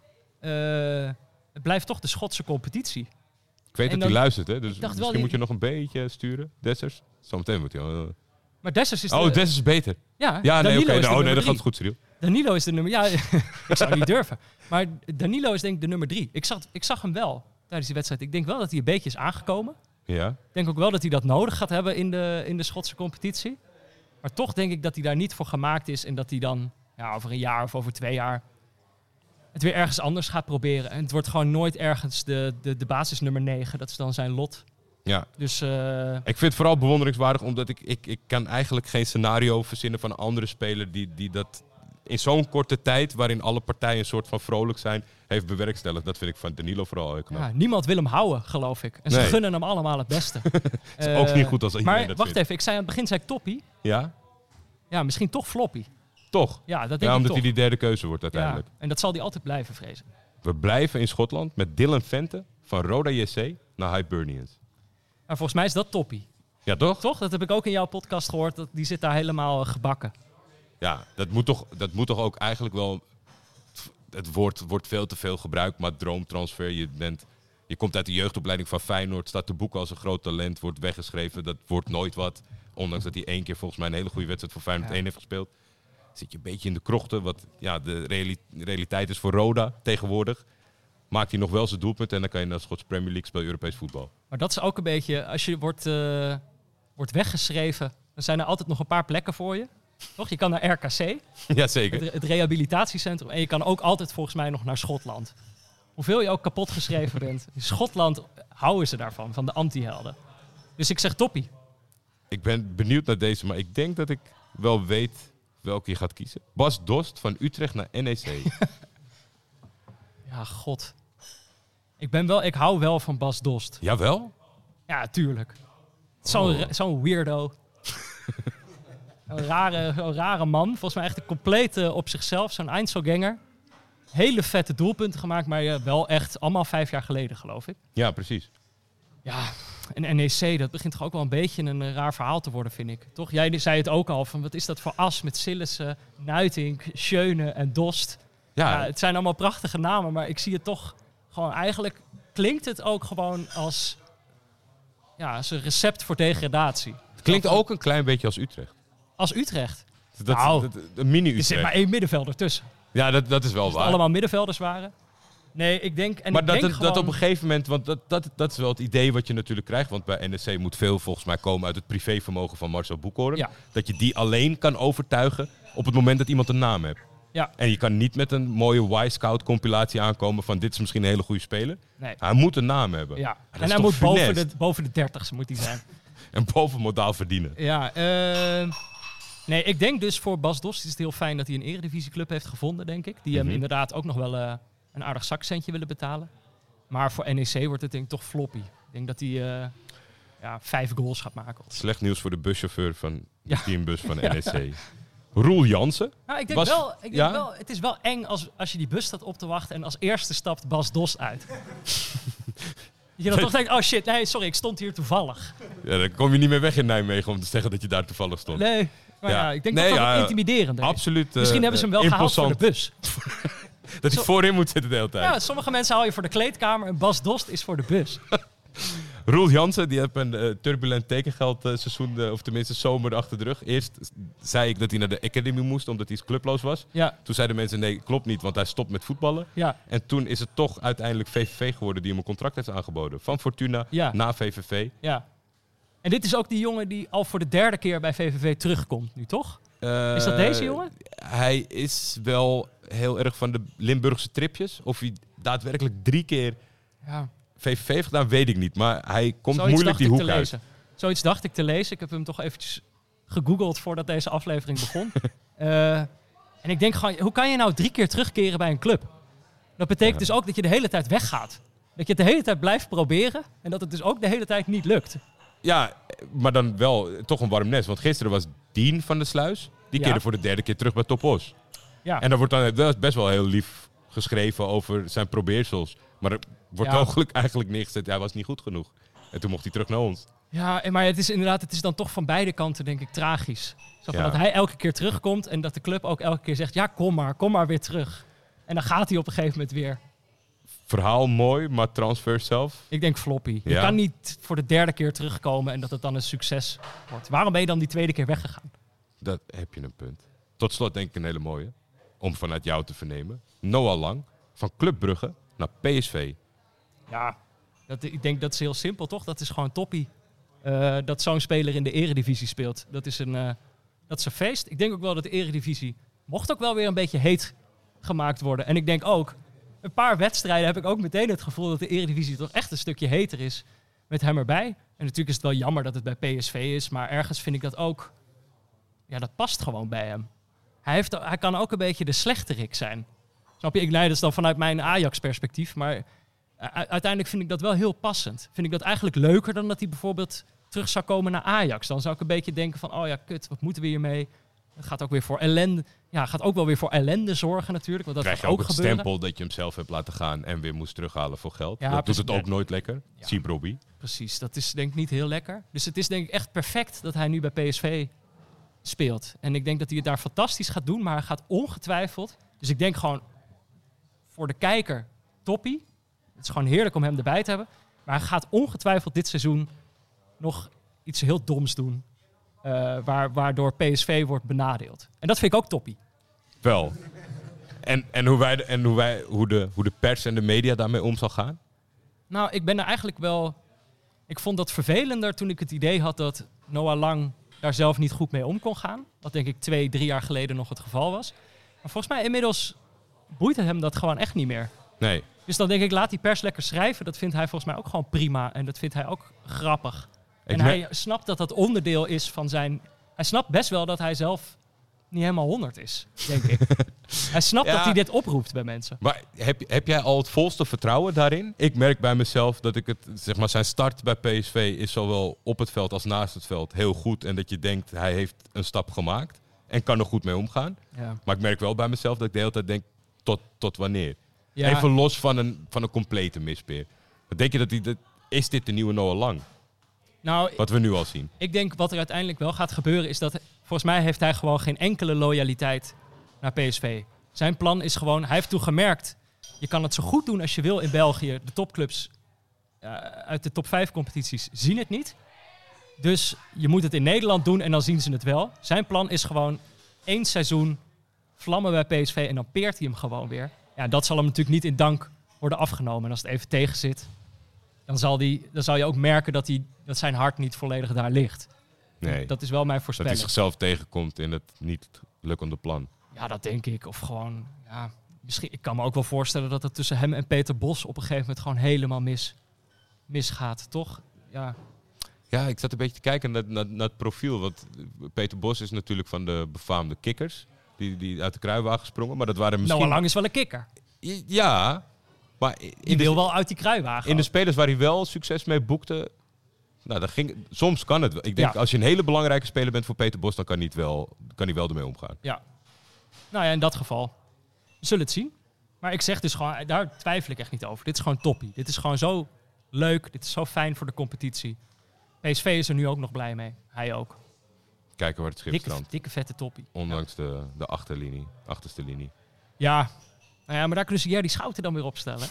het blijft toch de Schotse competitie. Ik weet dat hij luistert, hè? Dus misschien moet je nog een beetje sturen. Dessers. Zometeen moet hij al... Maar Dessers is Dessers is beter. Ja, nee, oké. Nee, dat gaat goed, Cyril. Danilo is de nummer... Ja, ik zou niet durven. Maar Danilo is denk ik de nummer 3. Ik zag hem wel tijdens die wedstrijd. Ik denk wel dat hij een beetje is aangekomen. Ja. Ik denk ook wel dat hij dat nodig gaat hebben in de Schotse competitie. Maar toch denk ik dat hij daar niet voor gemaakt is. En dat hij dan over een jaar of over 2 jaar het weer ergens anders gaat proberen. En het wordt gewoon nooit ergens de basis nummer 9. Dat is dan zijn lot. Ja. Dus, ik vind het vooral bewonderingswaardig, omdat ik kan eigenlijk geen scenario verzinnen van een andere speler die dat in zo'n korte tijd, waarin alle partijen een soort van vrolijk zijn, heeft bewerkstelligd. Dat vind ik van Danilo vooral heel knap. Ja, niemand wil hem houden, geloof ik. En ze gunnen hem allemaal het beste. Het is ook niet goed als iedereen maar dat wacht vindt. even, ik zei aan het begin toppie. Ja? Ja, misschien toch floppy. Toch? Ja, dat denk ik omdat toch. hij die derde keuze wordt uiteindelijk. Ja, en dat zal hij altijd blijven, vrezen. We blijven in Schotland met Dylan Vente van Roda JC naar Hibernians. Maar volgens mij is dat toppie. Ja, toch? Toch? Dat heb ik ook in jouw podcast gehoord. Die zit daar helemaal gebakken. Ja, dat moet toch ook eigenlijk wel... Het woord wordt veel te veel gebruikt, maar droomtransfer. Je komt uit de jeugdopleiding van Feyenoord, staat te boeken als een groot talent, wordt weggeschreven. Dat wordt nooit wat. Ondanks dat hij 1 keer volgens mij een hele goede wedstrijd voor Feyenoord 1 heeft gespeeld. Zit je een beetje in de krochten, wat de realiteit is voor Roda tegenwoordig. Maakt hij nog wel zijn doelpunt en dan kan je naar de Schotse Premier League spelen Europees voetbal. Maar dat is ook een beetje, als je wordt weggeschreven, dan zijn er altijd nog een paar plekken voor je. Toch? Je kan naar RKC, ja, zeker. Het rehabilitatiecentrum. En je kan ook altijd volgens mij nog naar Schotland. Hoeveel je ook kapot geschreven bent. In Schotland houden ze daarvan, van de anti-helden. Dus ik zeg toppie. Ik ben benieuwd naar deze, maar ik denk dat ik wel weet welke je gaat kiezen. Bas Dost van Utrecht naar NEC. Ja, god. Ik hou wel van Bas Dost. Jawel? Ja, tuurlijk. Zo'n weirdo. Een rare man. Volgens mij echt een complete op zichzelf. Zo'n Einzelganger. Hele vette doelpunten gemaakt, maar wel echt allemaal 5 jaar geleden, geloof ik. Ja, precies. Ja, en NEC, dat begint toch ook wel een beetje een raar verhaal te worden, vind ik. Toch? Jij zei het ook al, van wat is dat voor as met Sillissen, Nuitink, Schöne en Dost. Ja, het zijn allemaal prachtige namen, maar ik zie het toch gewoon eigenlijk... Klinkt het ook gewoon als een recept voor degradatie. Het klinkt ook een klein beetje als Utrecht. Als Utrecht? Een mini-Utrecht. Er zit maar 1 middenvelder tussen. Ja, dat is wel waar. Het allemaal middenvelders waren. Nee, ik denk... En maar ik denk dat gewoon... op een gegeven moment... Want dat is wel het idee wat je natuurlijk krijgt. Want bij NEC moet veel volgens mij komen uit het privévermogen van Marcel Boekhoorn. Ja. Dat je die alleen kan overtuigen op het moment dat iemand een naam heeft. Ja. En je kan niet met een mooie Y-Scout compilatie aankomen van dit is misschien een hele goede speler. Nee. Hij moet een naam hebben. Ja. Dat En is hij toch moet funest? boven de 30 moet hij zijn. En boven modaal verdienen. Ja, nee, ik denk dus voor Bas Dost is het heel fijn dat hij een eredivisieclub heeft gevonden, denk ik. Die hem inderdaad ook nog wel een aardig zakcentje willen betalen. Maar voor NEC wordt het denk ik toch floppy. Ik denk dat hij 5 goals gaat maken. Slecht nieuws voor de buschauffeur van de Ja. teambus van NEC. Roel Jansen. Nou, ik denk wel, het is wel eng als je die bus staat op te wachten en als eerste stapt Bas Dost uit. Dat je dan toch denkt, oh shit, nee, sorry, ik stond hier toevallig. Ja, dan kom je niet meer weg in Nijmegen om te zeggen dat je daar toevallig stond. Nee, maar Ja. ik denk Nee, dat dat ja, intimiderend is. Absoluut. Misschien hebben ze hem wel gehaald voor de bus. Dat hij voorin moet zitten de hele tijd. Ja, sommige mensen haal je voor de kleedkamer en Bas Dost is voor de bus. Roel Jansen, die heeft een turbulent tekengeldseizoen, of tenminste zomer achter de rug. Eerst zei ik dat hij naar de Academy moest, omdat hij clubloos was. Ja, Toen zeiden mensen, nee, klopt niet, want hij stopt met voetballen. ja, En toen is het toch uiteindelijk VVV geworden die hem een contract heeft aangeboden. Van Fortuna Ja. naar VVV. ja. En dit is ook die jongen die al voor de 3e keer bij VVV terugkomt nu, toch? Is dat deze jongen? Hij is wel heel erg van de Limburgse tripjes. Of hij daadwerkelijk 3 keer Ja. VVV heeft gedaan, weet ik niet. Maar hij komt Zoiets moeilijk dacht die ik hoek te uit. lezen. Zoiets dacht ik te lezen. Ik heb hem toch eventjes gegoogeld voordat deze aflevering begon. En ik denk gewoon, hoe kan je nou 3 keer terugkeren bij een club? Dat betekent dus ook dat je de hele tijd weggaat. Dat je het de hele tijd blijft proberen en dat het dus ook de hele tijd niet lukt. Ja, maar dan wel toch een warm nest. Want gisteren was Dien van der Sluis. Die Ja. keerde voor de 3e keer terug bij Top Os. Ja, En daar wordt dan best wel heel lief geschreven over zijn probeersels. Maar er wordt Ja. eigenlijk neergezet, hij was niet goed genoeg. En toen mocht hij terug naar ons. maar het is inderdaad, het is dan toch van beide kanten denk ik tragisch. Zo van Ja. dat hij elke keer terugkomt en dat de club ook elke keer zegt, ja kom maar weer terug. En dan gaat hij op een gegeven moment weer. Verhaal mooi, maar transfer zelf. Ik denk floppy. Je Ja. kan niet voor de 3e keer terugkomen en dat het dan een succes wordt. Waarom ben je dan die 2e keer weggegaan? Dat heb je een punt. Tot slot denk ik een hele mooie. Om vanuit jou te vernemen. Noah Lang. Van Club Brugge naar PSV. Ja, ik denk dat is heel simpel toch? Dat is gewoon toppie. Dat zo'n speler in de eredivisie speelt. Dat is een feest. Ik denk ook wel dat de eredivisie mocht ook wel weer een beetje heet gemaakt worden. En ik denk ook, een paar wedstrijden heb ik ook meteen het gevoel dat de eredivisie toch echt een stukje heter is met hem erbij. En natuurlijk is het wel jammer dat het bij PSV is, maar ergens vind ik dat ook, ja, dat past gewoon bij hem. Hij kan ook een beetje de slechterik zijn. Snap je? Nee, dat is dan vanuit mijn Ajax-perspectief, maar uiteindelijk vind ik dat wel heel passend. Vind ik dat eigenlijk leuker dan dat hij bijvoorbeeld terug zou komen naar Ajax. Dan zou ik een beetje denken van, oh ja, kut, wat moeten we hiermee? Het gaat ook weer voor ellende. Ja, gaat ook wel weer voor ellende zorgen natuurlijk. Want dat Krijg gaat je ook ook het gebeuren. stempel dat je hem zelf hebt laten gaan en weer moest terughalen voor geld. Ja, dat doet precies. het ook nooit lekker. Ja. Zie Robbie. Precies, dat is denk ik niet heel lekker. Dus het is denk ik echt perfect dat hij nu bij PSV speelt. En ik denk dat hij het daar fantastisch gaat doen, maar hij gaat ongetwijfeld. Dus ik denk gewoon voor de kijker toppie. Het is gewoon heerlijk om hem erbij te hebben. Maar hij gaat ongetwijfeld dit seizoen nog iets heel doms doen. Waardoor PSV wordt benadeeld. En dat vind ik ook toppie. Wel. En hoe de pers en de media daarmee om zal gaan? Nou, ik ben er eigenlijk wel... Ik vond dat vervelender toen ik het idee had dat Noah Lang daar zelf niet goed mee om kon gaan. Wat denk ik 2-3 jaar geleden nog het geval was. Maar volgens mij inmiddels boeit het hem dat gewoon echt niet meer. Nee. Dus dan denk ik, laat die pers lekker schrijven. Dat vindt hij volgens mij ook gewoon prima. En dat vindt hij ook grappig. En hij snapt dat dat onderdeel is van zijn... Hij snapt best wel dat hij zelf niet helemaal 100 is, denk ik. Hij snapt Ja. dat hij dit oproept bij mensen. Maar heb jij al het volste vertrouwen daarin? Ik merk bij mezelf dat ik het, zeg maar, zijn start bij PSV is zowel op het veld als naast het veld heel goed. En dat je denkt, hij heeft een stap gemaakt en kan er goed mee omgaan. Ja. Maar ik merk wel bij mezelf dat ik de hele tijd denk, tot wanneer? Ja. Even los van een complete mispeer. Wat denk je is dit de nieuwe Noah Lang? Nou, Wat we nu al zien. ik denk wat er uiteindelijk wel gaat gebeuren is dat... Volgens mij heeft hij gewoon geen enkele loyaliteit naar PSV. Zijn plan is gewoon... Hij heeft toen gemerkt... Je kan het zo goed doen als je wil in België. De topclubs uit de top 5 competities zien het niet. Dus je moet het in Nederland doen en dan zien ze het wel. Zijn plan is gewoon 1 seizoen vlammen bij PSV en dan peert hij hem gewoon weer. Ja, dat zal hem natuurlijk niet in dank worden afgenomen. En als het even tegen zit, dan zal je ook merken dat zijn hart niet volledig daar ligt. Nee. Dat is wel mijn Dat voorspelling. hij zichzelf tegenkomt in het niet lukkende plan. Ja, dat denk ik. Of gewoon, ja, misschien. Ik kan me ook wel voorstellen dat het tussen hem en Peter Bos op een gegeven moment gewoon helemaal misgaat, toch? Ja. Ja, ik zat een beetje te kijken naar het profiel. Want Peter Bos is natuurlijk van de befaamde kikkers. Die uit de kruiwagen sprongen. Maar dat waren misschien... Noah Lang is wel een kikker. Ja, maar Die wil wel uit die kruiwagen. in de spelers waar hij wel succes mee boekte... Nou, soms kan het wel. Ik denk, als je een hele belangrijke speler bent voor Peter Bos... dan kan hij wel ermee omgaan. Ja. Nou ja, in dat geval. We zullen het zien. Maar ik zeg dus gewoon, daar twijfel ik echt niet over. Dit is gewoon toppie. Dit is gewoon zo leuk. Dit is zo fijn voor de competitie. PSV is er nu ook nog blij mee. Hij ook. Kijken waar het schip strandt. Dikke vette toppie. Ondanks de achterste linie. Ja. Nou ja, maar daar kunnen ze die Schouten dan weer opstellen.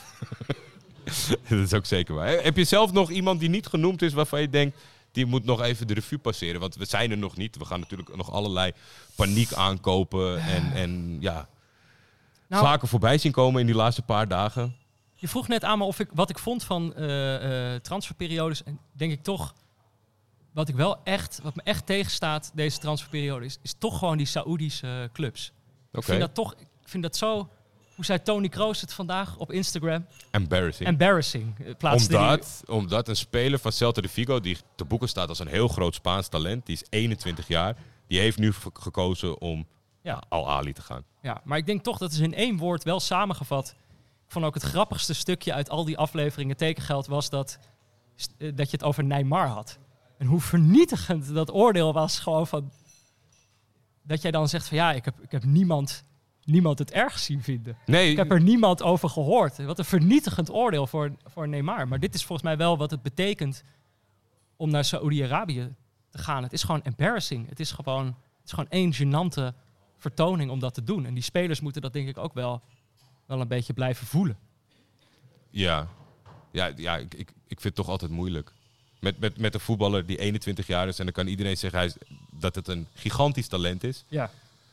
Dat is ook zeker waar. Heb je zelf nog iemand die niet genoemd is waarvan je denkt... die moet nog even de revue passeren? Want we zijn er nog niet. We gaan natuurlijk nog allerlei paniek aankopen. En ja, zaken voorbij zien komen in die laatste paar dagen. Je vroeg net aan me wat ik vond van transferperiodes. En denk ik toch... Wat me echt tegenstaat deze transferperiode is toch gewoon die Saoedische clubs. Okay. Ik vind dat zo... Hoe zei Tony Kroos het vandaag op Instagram? Embarrassing. Plaatste Omdat een speler van Celta de Vigo, die te boeken staat als een heel groot Spaans talent, die is 21 jaar, die heeft nu gekozen om Al-Ali te gaan. Ja, maar ik denk toch dat is in één woord wel samengevat. Ik vond ook het grappigste stukje uit al die afleveringen Tekengeld was dat je het over Neymar had. En hoe vernietigend dat oordeel was gewoon van... Dat jij dan zegt van ja, ik heb niemand het erg zien vinden. Nee. Ik heb er niemand over gehoord. Wat een vernietigend oordeel voor Neymar. Maar dit is volgens mij wel wat het betekent om naar Saoedi-Arabië te gaan. Het is gewoon embarrassing. Het is gewoon één gênante vertoning om dat te doen. En die spelers moeten dat denk ik ook wel een beetje blijven voelen. Ja, ik vind het toch altijd moeilijk. Met een voetballer die 21 jaar is en dan kan iedereen zeggen dat het een gigantisch talent is. Ja.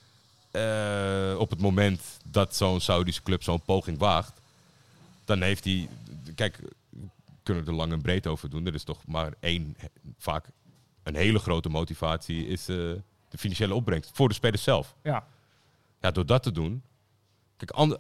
Op het moment dat zo'n Saoedische club zo'n poging waagt, dan heeft hij... Kijk, we kunnen er lang en breed over doen. Er is toch maar vaak een hele grote motivatie is de financiële opbrengst voor de spelers zelf. Ja. Ja, door dat te doen... Kijk,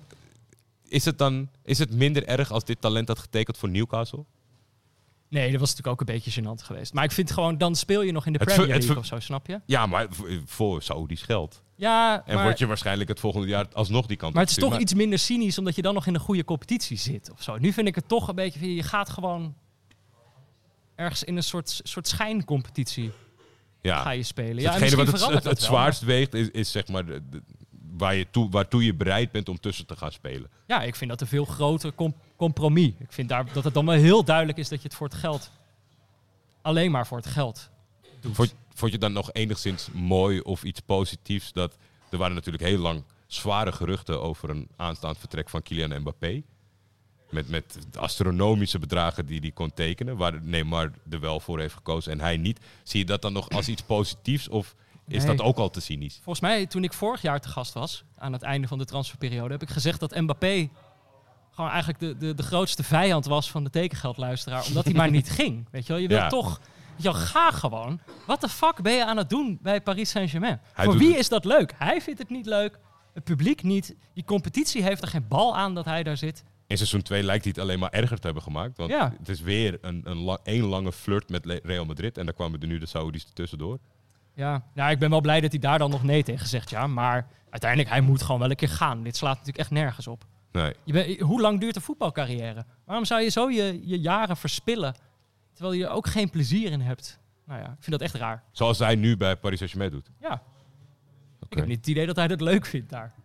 is het minder erg als dit talent had getekend voor Newcastle? Nee, dat was natuurlijk ook een beetje gênant geweest. Maar ik vind gewoon, dan speel je nog in de Premier League of zo, snap je? Ja, maar voor Saoedisch geld. Ja, en word je waarschijnlijk het volgende jaar alsnog die kant maar op. Maar het is toch iets minder cynisch, omdat je dan nog in een goede competitie zit of zo. Nu vind ik het toch een beetje, je gaat gewoon ergens in een soort schijncompetitie ga je spelen. Ja, hetgene wat het zwaarst weegt is zeg maar waartoe je bereid bent om tussen te gaan spelen. Ja, ik vind dat een veel groter compromis. Ik vind dat het dan wel heel duidelijk is dat je het voor het geld, alleen maar voor het geld doet. Vond je dan nog enigszins mooi of iets positiefs? Dat er waren natuurlijk heel lang zware geruchten over een aanstaand vertrek van Kylian Mbappé. Met de astronomische bedragen die hij kon tekenen, waar Neymar er wel voor heeft gekozen en hij niet. Zie je dat dan nog als iets positiefs of is dat ook al te cynisch? Volgens mij, toen ik vorig jaar te gast was, aan het einde van de transferperiode, heb ik gezegd dat Mbappé gewoon eigenlijk de grootste vijand was van de tekengeldluisteraar, omdat hij maar niet ging. Weet je wel, je wilt toch... ga gewoon. Wat de fuck ben je aan het doen bij Paris Saint-Germain? Voor wie is dat leuk? Hij vindt het niet leuk. Het publiek niet. Die competitie heeft er geen bal aan dat hij daar zit. In seizoen 2 lijkt hij het alleen maar erger te hebben gemaakt. Want het is weer een lange flirt met Real Madrid. En daar kwamen er nu de Saoedi's tussendoor. Ja, nou, ik ben wel blij dat hij daar dan nog nee tegen zegt. Ja, maar uiteindelijk, hij moet gewoon wel een keer gaan. Dit slaat natuurlijk echt nergens op. Nee. Hoe lang duurt een voetbalcarrière? Waarom zou je zo je jaren verspillen, terwijl je er ook geen plezier in hebt? Nou ja, ik vind dat echt raar. Zoals hij nu bij Paris Saint-Germain doet? Ja. Okay. Ik heb niet het idee dat hij dat leuk vindt daar.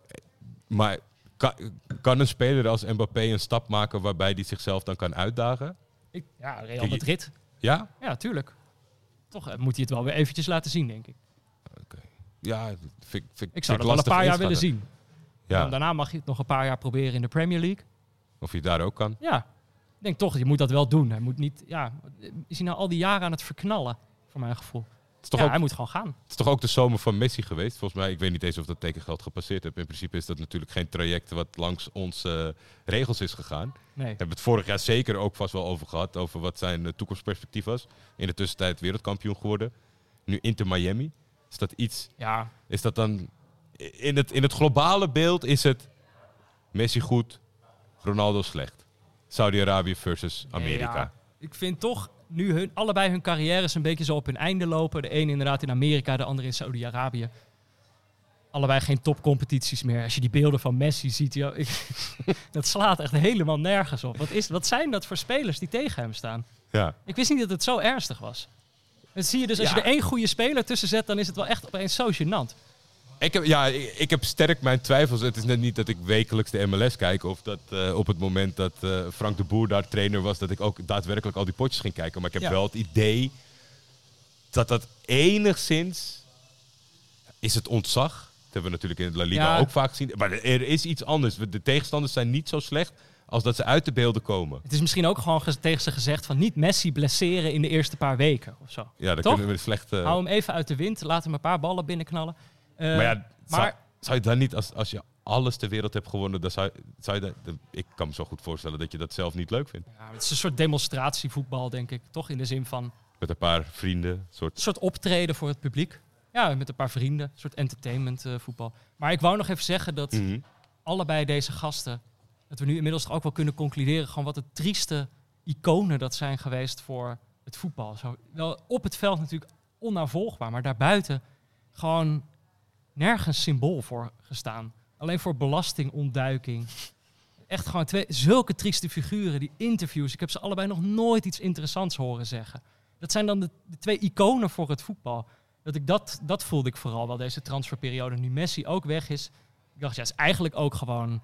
Maar kan een speler als Mbappé een stap maken waarbij hij zichzelf dan kan uitdagen? Real Madrid. Ja? Ja, tuurlijk. Toch moet hij het wel weer eventjes laten zien, denk ik. Okay. Ja, ik zou dat wel een paar jaar willen zien. Ja. Daarna mag je het nog een paar jaar proberen in de Premier League. Of je daar ook kan? Ja. Ik denk toch, je moet dat wel doen. Hij moet niet... Ja, is hij nou al die jaren aan het verknallen, voor mijn gevoel? Hij moet gewoon gaan. Het is toch ook de zomer van Messi geweest? Volgens mij, ik weet niet eens of dat tekengeld gepasseerd heeft. In principe is dat natuurlijk geen traject wat langs onze regels is gegaan. Nee. We hebben het vorig jaar zeker ook vast wel over gehad. Over wat zijn toekomstperspectief was. In de tussentijd wereldkampioen geworden. Nu Inter Miami. Is dat iets... Ja. Is dat dan... in het globale beeld is het Messi goed, Ronaldo slecht. Saudi-Arabië versus Amerika. Ja, ik vind toch nu allebei hun carrières een beetje zo op hun einde lopen. De ene inderdaad in Amerika, de andere in Saudi-Arabië. Allebei geen topcompetities meer. Als je die beelden van Messi ziet, dat slaat echt helemaal nergens op. Wat zijn dat voor spelers die tegen hem staan? Ja. Ik wist niet dat het zo ernstig was. Dat zie je dus, als je er één goede speler tussen zet, dan is het wel echt opeens zo gênant. Ik heb sterk mijn twijfels. Het is net niet dat ik wekelijks de MLS kijk. Of dat op het moment dat Frank de Boer daar trainer was, dat ik ook daadwerkelijk al die potjes ging kijken. Maar ik heb wel het idee dat enigszins is het ontzag. Dat hebben we natuurlijk in de La Liga ook vaak gezien. Maar er is iets anders. De tegenstanders zijn niet zo slecht als dat ze uit de beelden komen. Het is misschien ook gewoon tegen ze gezegd van niet Messi blesseren in de eerste paar weken of zo. Ja, dan toch? kunnen we slecht... Hou hem even uit de wind, laat hem een paar ballen binnenknallen. Zou je dan niet, als je alles ter wereld hebt gewonnen, dan zou je ik kan me zo goed voorstellen dat je dat zelf niet leuk vindt. Ja, het is een soort demonstratievoetbal, denk ik. Toch in de zin van... Met een paar vrienden. Een soort optreden voor het publiek. Ja, met een paar vrienden. Een soort entertainment voetbal. Maar ik wou nog even zeggen dat allebei deze gasten, dat we nu inmiddels ook wel kunnen concluderen, gewoon wat het trieste iconen dat zijn geweest voor het voetbal. Zo, wel op het veld natuurlijk onnavolgbaar, maar daarbuiten gewoon nergens symbool voor gestaan. Alleen voor belastingontduiking. Echt gewoon zulke trieste figuren, die interviews. Ik heb ze allebei nog nooit iets interessants horen zeggen. Dat zijn dan de twee iconen voor het voetbal. Dat voelde ik vooral wel deze transferperiode. Nu Messi ook weg is. Ik dacht, het is eigenlijk ook gewoon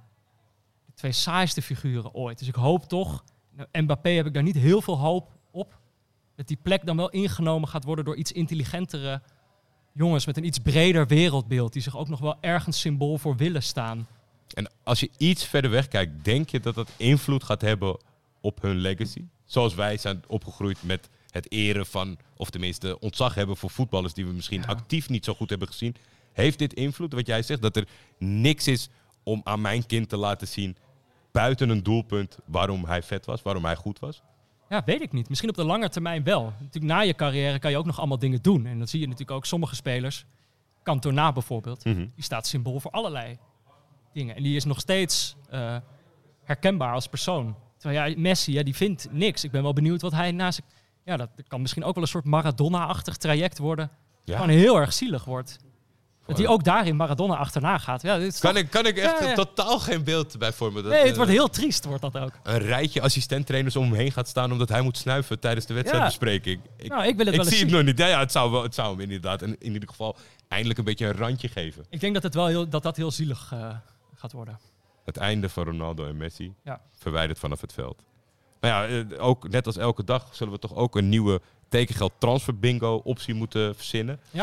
de twee saaiste figuren ooit. Dus ik hoop toch, Mbappé heb ik daar niet heel veel hoop op, dat die plek dan wel ingenomen gaat worden door iets intelligentere jongens met een iets breder wereldbeeld, die zich ook nog wel ergens symbool voor willen staan. En als je iets verder weg kijkt, denk je dat dat invloed gaat hebben op hun legacy? Zoals wij zijn opgegroeid met het eren van, of tenminste ontzag hebben voor voetballers die we misschien actief niet zo goed hebben gezien. Heeft dit invloed, wat jij zegt, dat er niks is om aan mijn kind te laten zien, buiten een doelpunt, waarom hij vet was, waarom hij goed was? Ja, weet ik niet. Misschien op de lange termijn wel. Natuurlijk na je carrière kan je ook nog allemaal dingen doen. En dan zie je natuurlijk ook sommige spelers, Cantona bijvoorbeeld, die staat symbool voor allerlei dingen. En die is nog steeds herkenbaar als persoon. Terwijl Messi, die vindt niks. Ik ben wel benieuwd wat hij naast... Ja, dat kan misschien ook wel een soort Maradona-achtig traject worden. Ja. Gewoon heel erg zielig wordt. Dat hij ook daarin Maradona achterna gaat. Ja, dit is kan ik echt totaal geen beeld bij vormen. Nee, het wordt heel triest, wordt dat ook. Een rijtje assistenttrainers om hem heen gaat staan omdat hij moet snuiven tijdens de wedstrijdbespreking. Ik wil het wel zie het nog niet. Ja, het zou hem inderdaad in ieder geval eindelijk een beetje een randje geven. Ik denk dat het wel dat heel zielig gaat worden. Het einde van Ronaldo en Messi verwijderd vanaf het veld. Nou ja, ook net als elke dag zullen we toch ook een nieuwe tekengeld transfer bingo optie moeten verzinnen. Ja.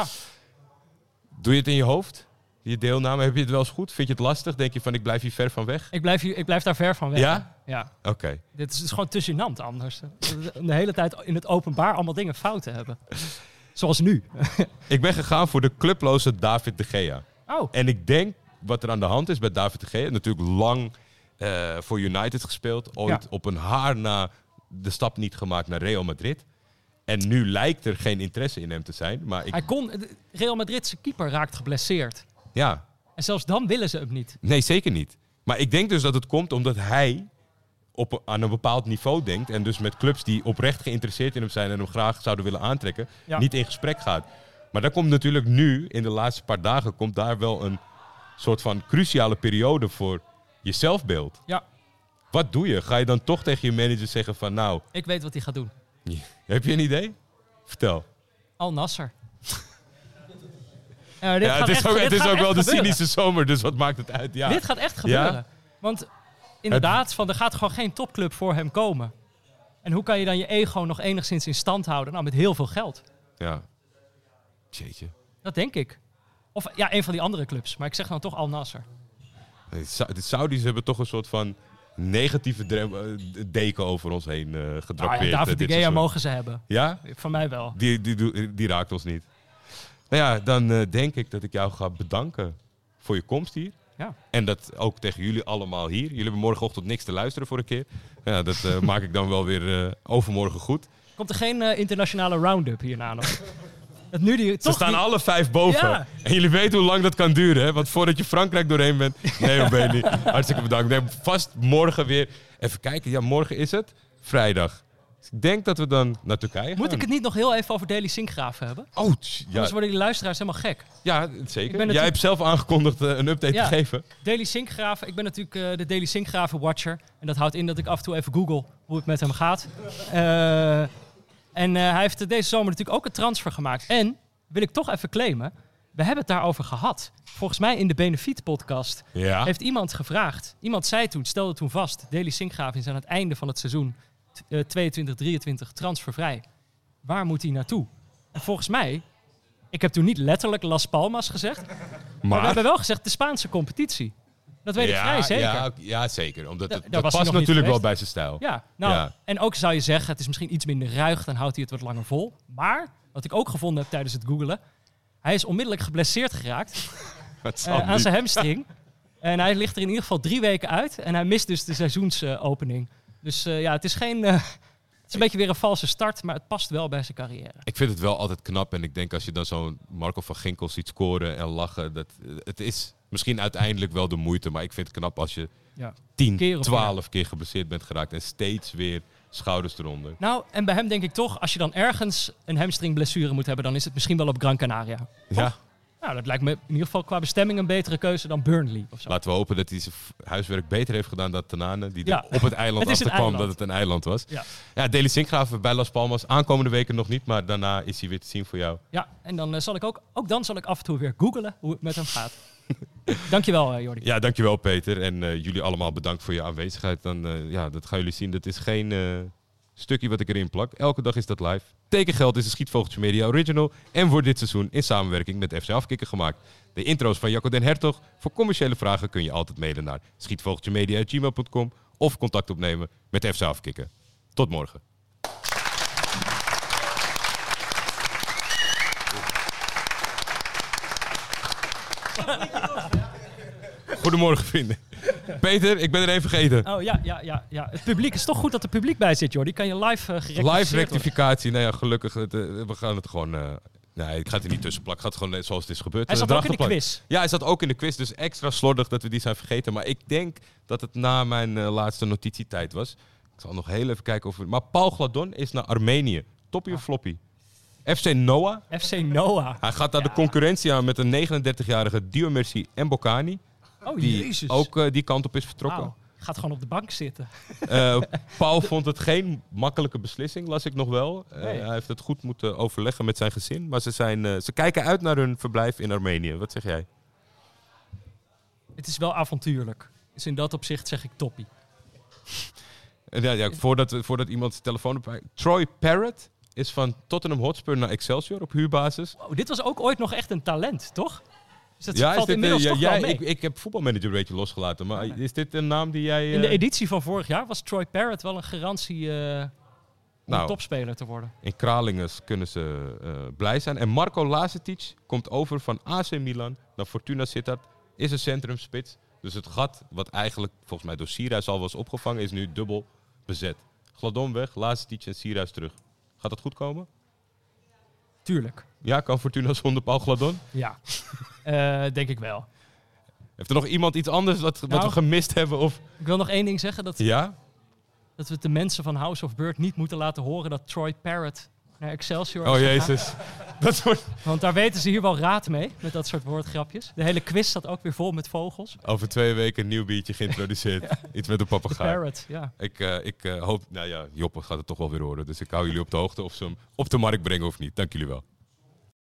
Doe je het in je hoofd? Je deelname, heb je het wel eens goed? Vind je het lastig? Denk je van, ik blijf hier ver van weg? Ik blijf daar ver van weg. Ja? Ja. Oké. Dit is gewoon te gênant anders. De hele tijd in het openbaar allemaal dingen fout te hebben. Zoals nu. Ik ben gegaan voor de clubloze David de Gea. Oh. En ik denk, wat er aan de hand is bij David de Gea, natuurlijk lang voor United gespeeld. Ooit op een haar na de stap niet gemaakt naar Real Madrid. En nu lijkt er geen interesse in hem te zijn. Maar Real Madrid's keeper raakt geblesseerd. Ja. En zelfs dan willen ze hem niet. Nee, zeker niet. Maar ik denk dus dat het komt omdat hij aan een bepaald niveau denkt. En dus met clubs die oprecht geïnteresseerd in hem zijn en hem graag zouden willen aantrekken, niet in gesprek gaat. Maar daar komt natuurlijk nu, in de laatste paar dagen, komt daar wel een soort van cruciale periode voor je zelfbeeld. Ja. Wat doe je? Ga je dan toch tegen je manager zeggen van nou... Ik weet wat hij gaat doen. Heb je een idee? Vertel. Al Nasser. Het is ook wel de cynische zomer, dus wat maakt het uit? Ja. Dit gaat echt gebeuren. Ja? Want inderdaad, er gaat gewoon geen topclub voor hem komen. En hoe kan je dan je ego nog enigszins in stand houden? Nou, met heel veel geld. Ja. Jeetje. Dat denk ik. Of ja, een van die andere clubs. Maar ik zeg dan toch Al Nasser. De Saudis hebben toch een soort van negatieve deken over ons heen gedrapeerd. David de Gea mogen ze hebben. Ja? Van mij wel. Die raakt ons niet. Nou ja, dan denk ik dat ik jou ga bedanken voor je komst hier. Ja. En dat ook tegen jullie allemaal hier. Jullie hebben morgenochtend niks te luisteren voor een keer. Ja, dat maak ik dan wel weer overmorgen goed. Komt er geen internationale round-up hierna nog? Dat nu die Ze toch staan die- alle 5 boven. Ja. En jullie weten hoe lang dat kan duren, hè? Want voordat je Frankrijk doorheen bent... Nee, dat ben je niet. Hartstikke bedankt. Nee, vast morgen weer. Even kijken. Ja, morgen is het vrijdag. Dus ik denk dat we dan naar Turkije gaan. Moet ik het niet nog heel even over Daily Sinkgraven hebben? Oh, ja, Anders worden die luisteraars helemaal gek. ja Ik zeker. ben Jij hebt zelf aangekondigd een update Ja. te geven. Daily Sinkgraven. Ik ben natuurlijk de Daily Sinkgraven watcher. En dat houdt in dat ik af en toe even google hoe het met hem gaat. En hij heeft deze zomer natuurlijk ook een transfer gemaakt. En, wil ik toch even claimen, we hebben het daarover gehad. Volgens mij in de Benefiet-podcast Ja. heeft iemand gevraagd. Iemand zei toen, stelde toen vast, Daily Sinkgraven is aan het einde van het seizoen 22-23 transfervrij. Waar moet hij naartoe? En volgens mij, ik heb toen niet letterlijk Las Palmas gezegd, maar we hebben wel gezegd de Spaanse competitie. Dat weet ik vrij zeker. Ja, zeker. Omdat Daar dat was hij past nog niet natuurlijk wel geweest. bij zijn stijl. Ja, nou, Ja. en ook zou je zeggen, het is misschien iets minder ruig, dan houdt hij het wat langer vol. Maar, wat ik ook gevonden heb tijdens het googelen, hij is onmiddellijk geblesseerd geraakt Dat zal aan niet. zijn hamstring. En hij ligt er in ieder geval 3 weken uit en hij mist dus de seizoensopening. Dus ja, het is geen... het is een beetje weer een valse start, maar het past wel bij zijn carrière. Ik vind het wel altijd knap. En ik denk als je dan zo'n Marco van Ginkel ziet scoren en lachen. Het is misschien uiteindelijk wel de moeite. Maar ik vind het knap als je Ja. 10, Keer op 12 keer geblesseerd bent geraakt. En steeds weer schouders eronder. Nou, en bij hem denk ik toch, als je dan ergens een hamstringblessure moet hebben, dan is het misschien wel op Gran Canaria. Ja, Nou, dat lijkt me in ieder geval qua bestemming een betere keuze dan Burnley of zo. laten we hopen dat hij zijn huiswerk beter heeft gedaan dan Tanane. Die Ja. er op het eiland Het is een achterkwam dat eiland. het een eiland was. Ja. Ja, Daily Sinkgraven bij Las Palmas. Aankomende weken nog niet. Maar daarna is hij weer te zien voor jou. Ja, en dan zal ik ook dan zal ik af en toe weer googlen hoe het met hem gaat. Dankjewel, Jordi. Ja, dankjewel Peter. En jullie allemaal bedankt voor je aanwezigheid. Dan, ja, dat gaan jullie zien. Dat is geen stukje wat ik erin plak. Elke dag is dat live. Tekengeld is een Schietvogeltje Media Original. En wordt dit seizoen in samenwerking met FC Afkikken gemaakt. De intro's van Jacco den Hertog. Voor commerciële vragen kun je altijd mailen naar schietvogeltjemedia@gmail.com of contact opnemen met FC Afkikken. Tot morgen. Goedemorgen vrienden. Peter, ik ben er even vergeten. Oh ja. Het publiek is toch goed dat er publiek bij zit, Jordi. Kan je live gerectificeerd Live rectificatie. Nou ja, gelukkig. We gaan het gewoon... nee, ik ga het er niet tussen plakken. Ik ga het gewoon zoals het is gebeurd. Hij zat ook in de quiz. Ja, hij zat ook in de quiz. Dus extra slordig dat we die zijn vergeten. Maar ik denk dat het na mijn laatste notitietijd was. Ik zal nog heel even kijken of... Maar Paul Gladon is naar Armenië. Toppie of floppy? FC Noah. FC Noah. Hij gaat daar de concurrentie aan met een 39-jarige Diomersi Mbokani. Oh, Die jezus. ook die kant op is vertrokken. Wauw. Gaat gewoon op de bank zitten. Paul vond het geen makkelijke beslissing, las ik nog wel. Nee. Hij heeft het goed moeten overleggen met zijn gezin. Maar ze kijken uit naar hun verblijf in Armenië. Wat zeg jij? Het is wel avontuurlijk. Dus in dat opzicht zeg ik toppie. En ja, voordat iemand zijn telefoon op... Troy Parrott is van Tottenham Hotspur naar Excelsior op huurbasis. Wow, dit was ook ooit nog echt een talent, toch? Dus dat Ja, valt inmiddels toch wel mee. ik heb voetbalmanager een beetje losgelaten. Maar is dit een naam die jij... In de editie van vorig jaar was Troy Parrott wel een garantie om Nou. topspeler te worden. In Kralingen kunnen ze blij zijn. En Marco Lazetic komt over van AC Milan naar Fortuna Sittard. Is een centrumspits. Dus het gat, wat eigenlijk volgens mij door Sierhuis al was opgevangen, is nu dubbel bezet. Gladon weg, Lazetic en Sierhuis terug. Gaat dat goed komen? Tuurlijk. Ja, kan Fortuna zonder Paul Gladon? Ja, denk ik wel. Heeft er nog iemand iets anders wat Nou. we gemist hebben? Of... Ik wil nog één ding zeggen. Dat Ja? we het de mensen van House of Bird niet moeten laten horen dat Troy Parrott naar Excelsior Oh is gegaan. jezus. Dat wordt... Want daar weten ze hier wel raad mee, met dat soort woordgrapjes. De hele quiz zat ook weer vol met vogels. Over 2 weken een nieuw biertje geïntroduceerd. Iets met een De papegaai. Parrot, ja. Ik hoop... Nou ja, Joppe gaat het toch wel weer horen. Dus ik hou jullie op de hoogte of ze hem op de markt brengen of niet. Dank jullie wel.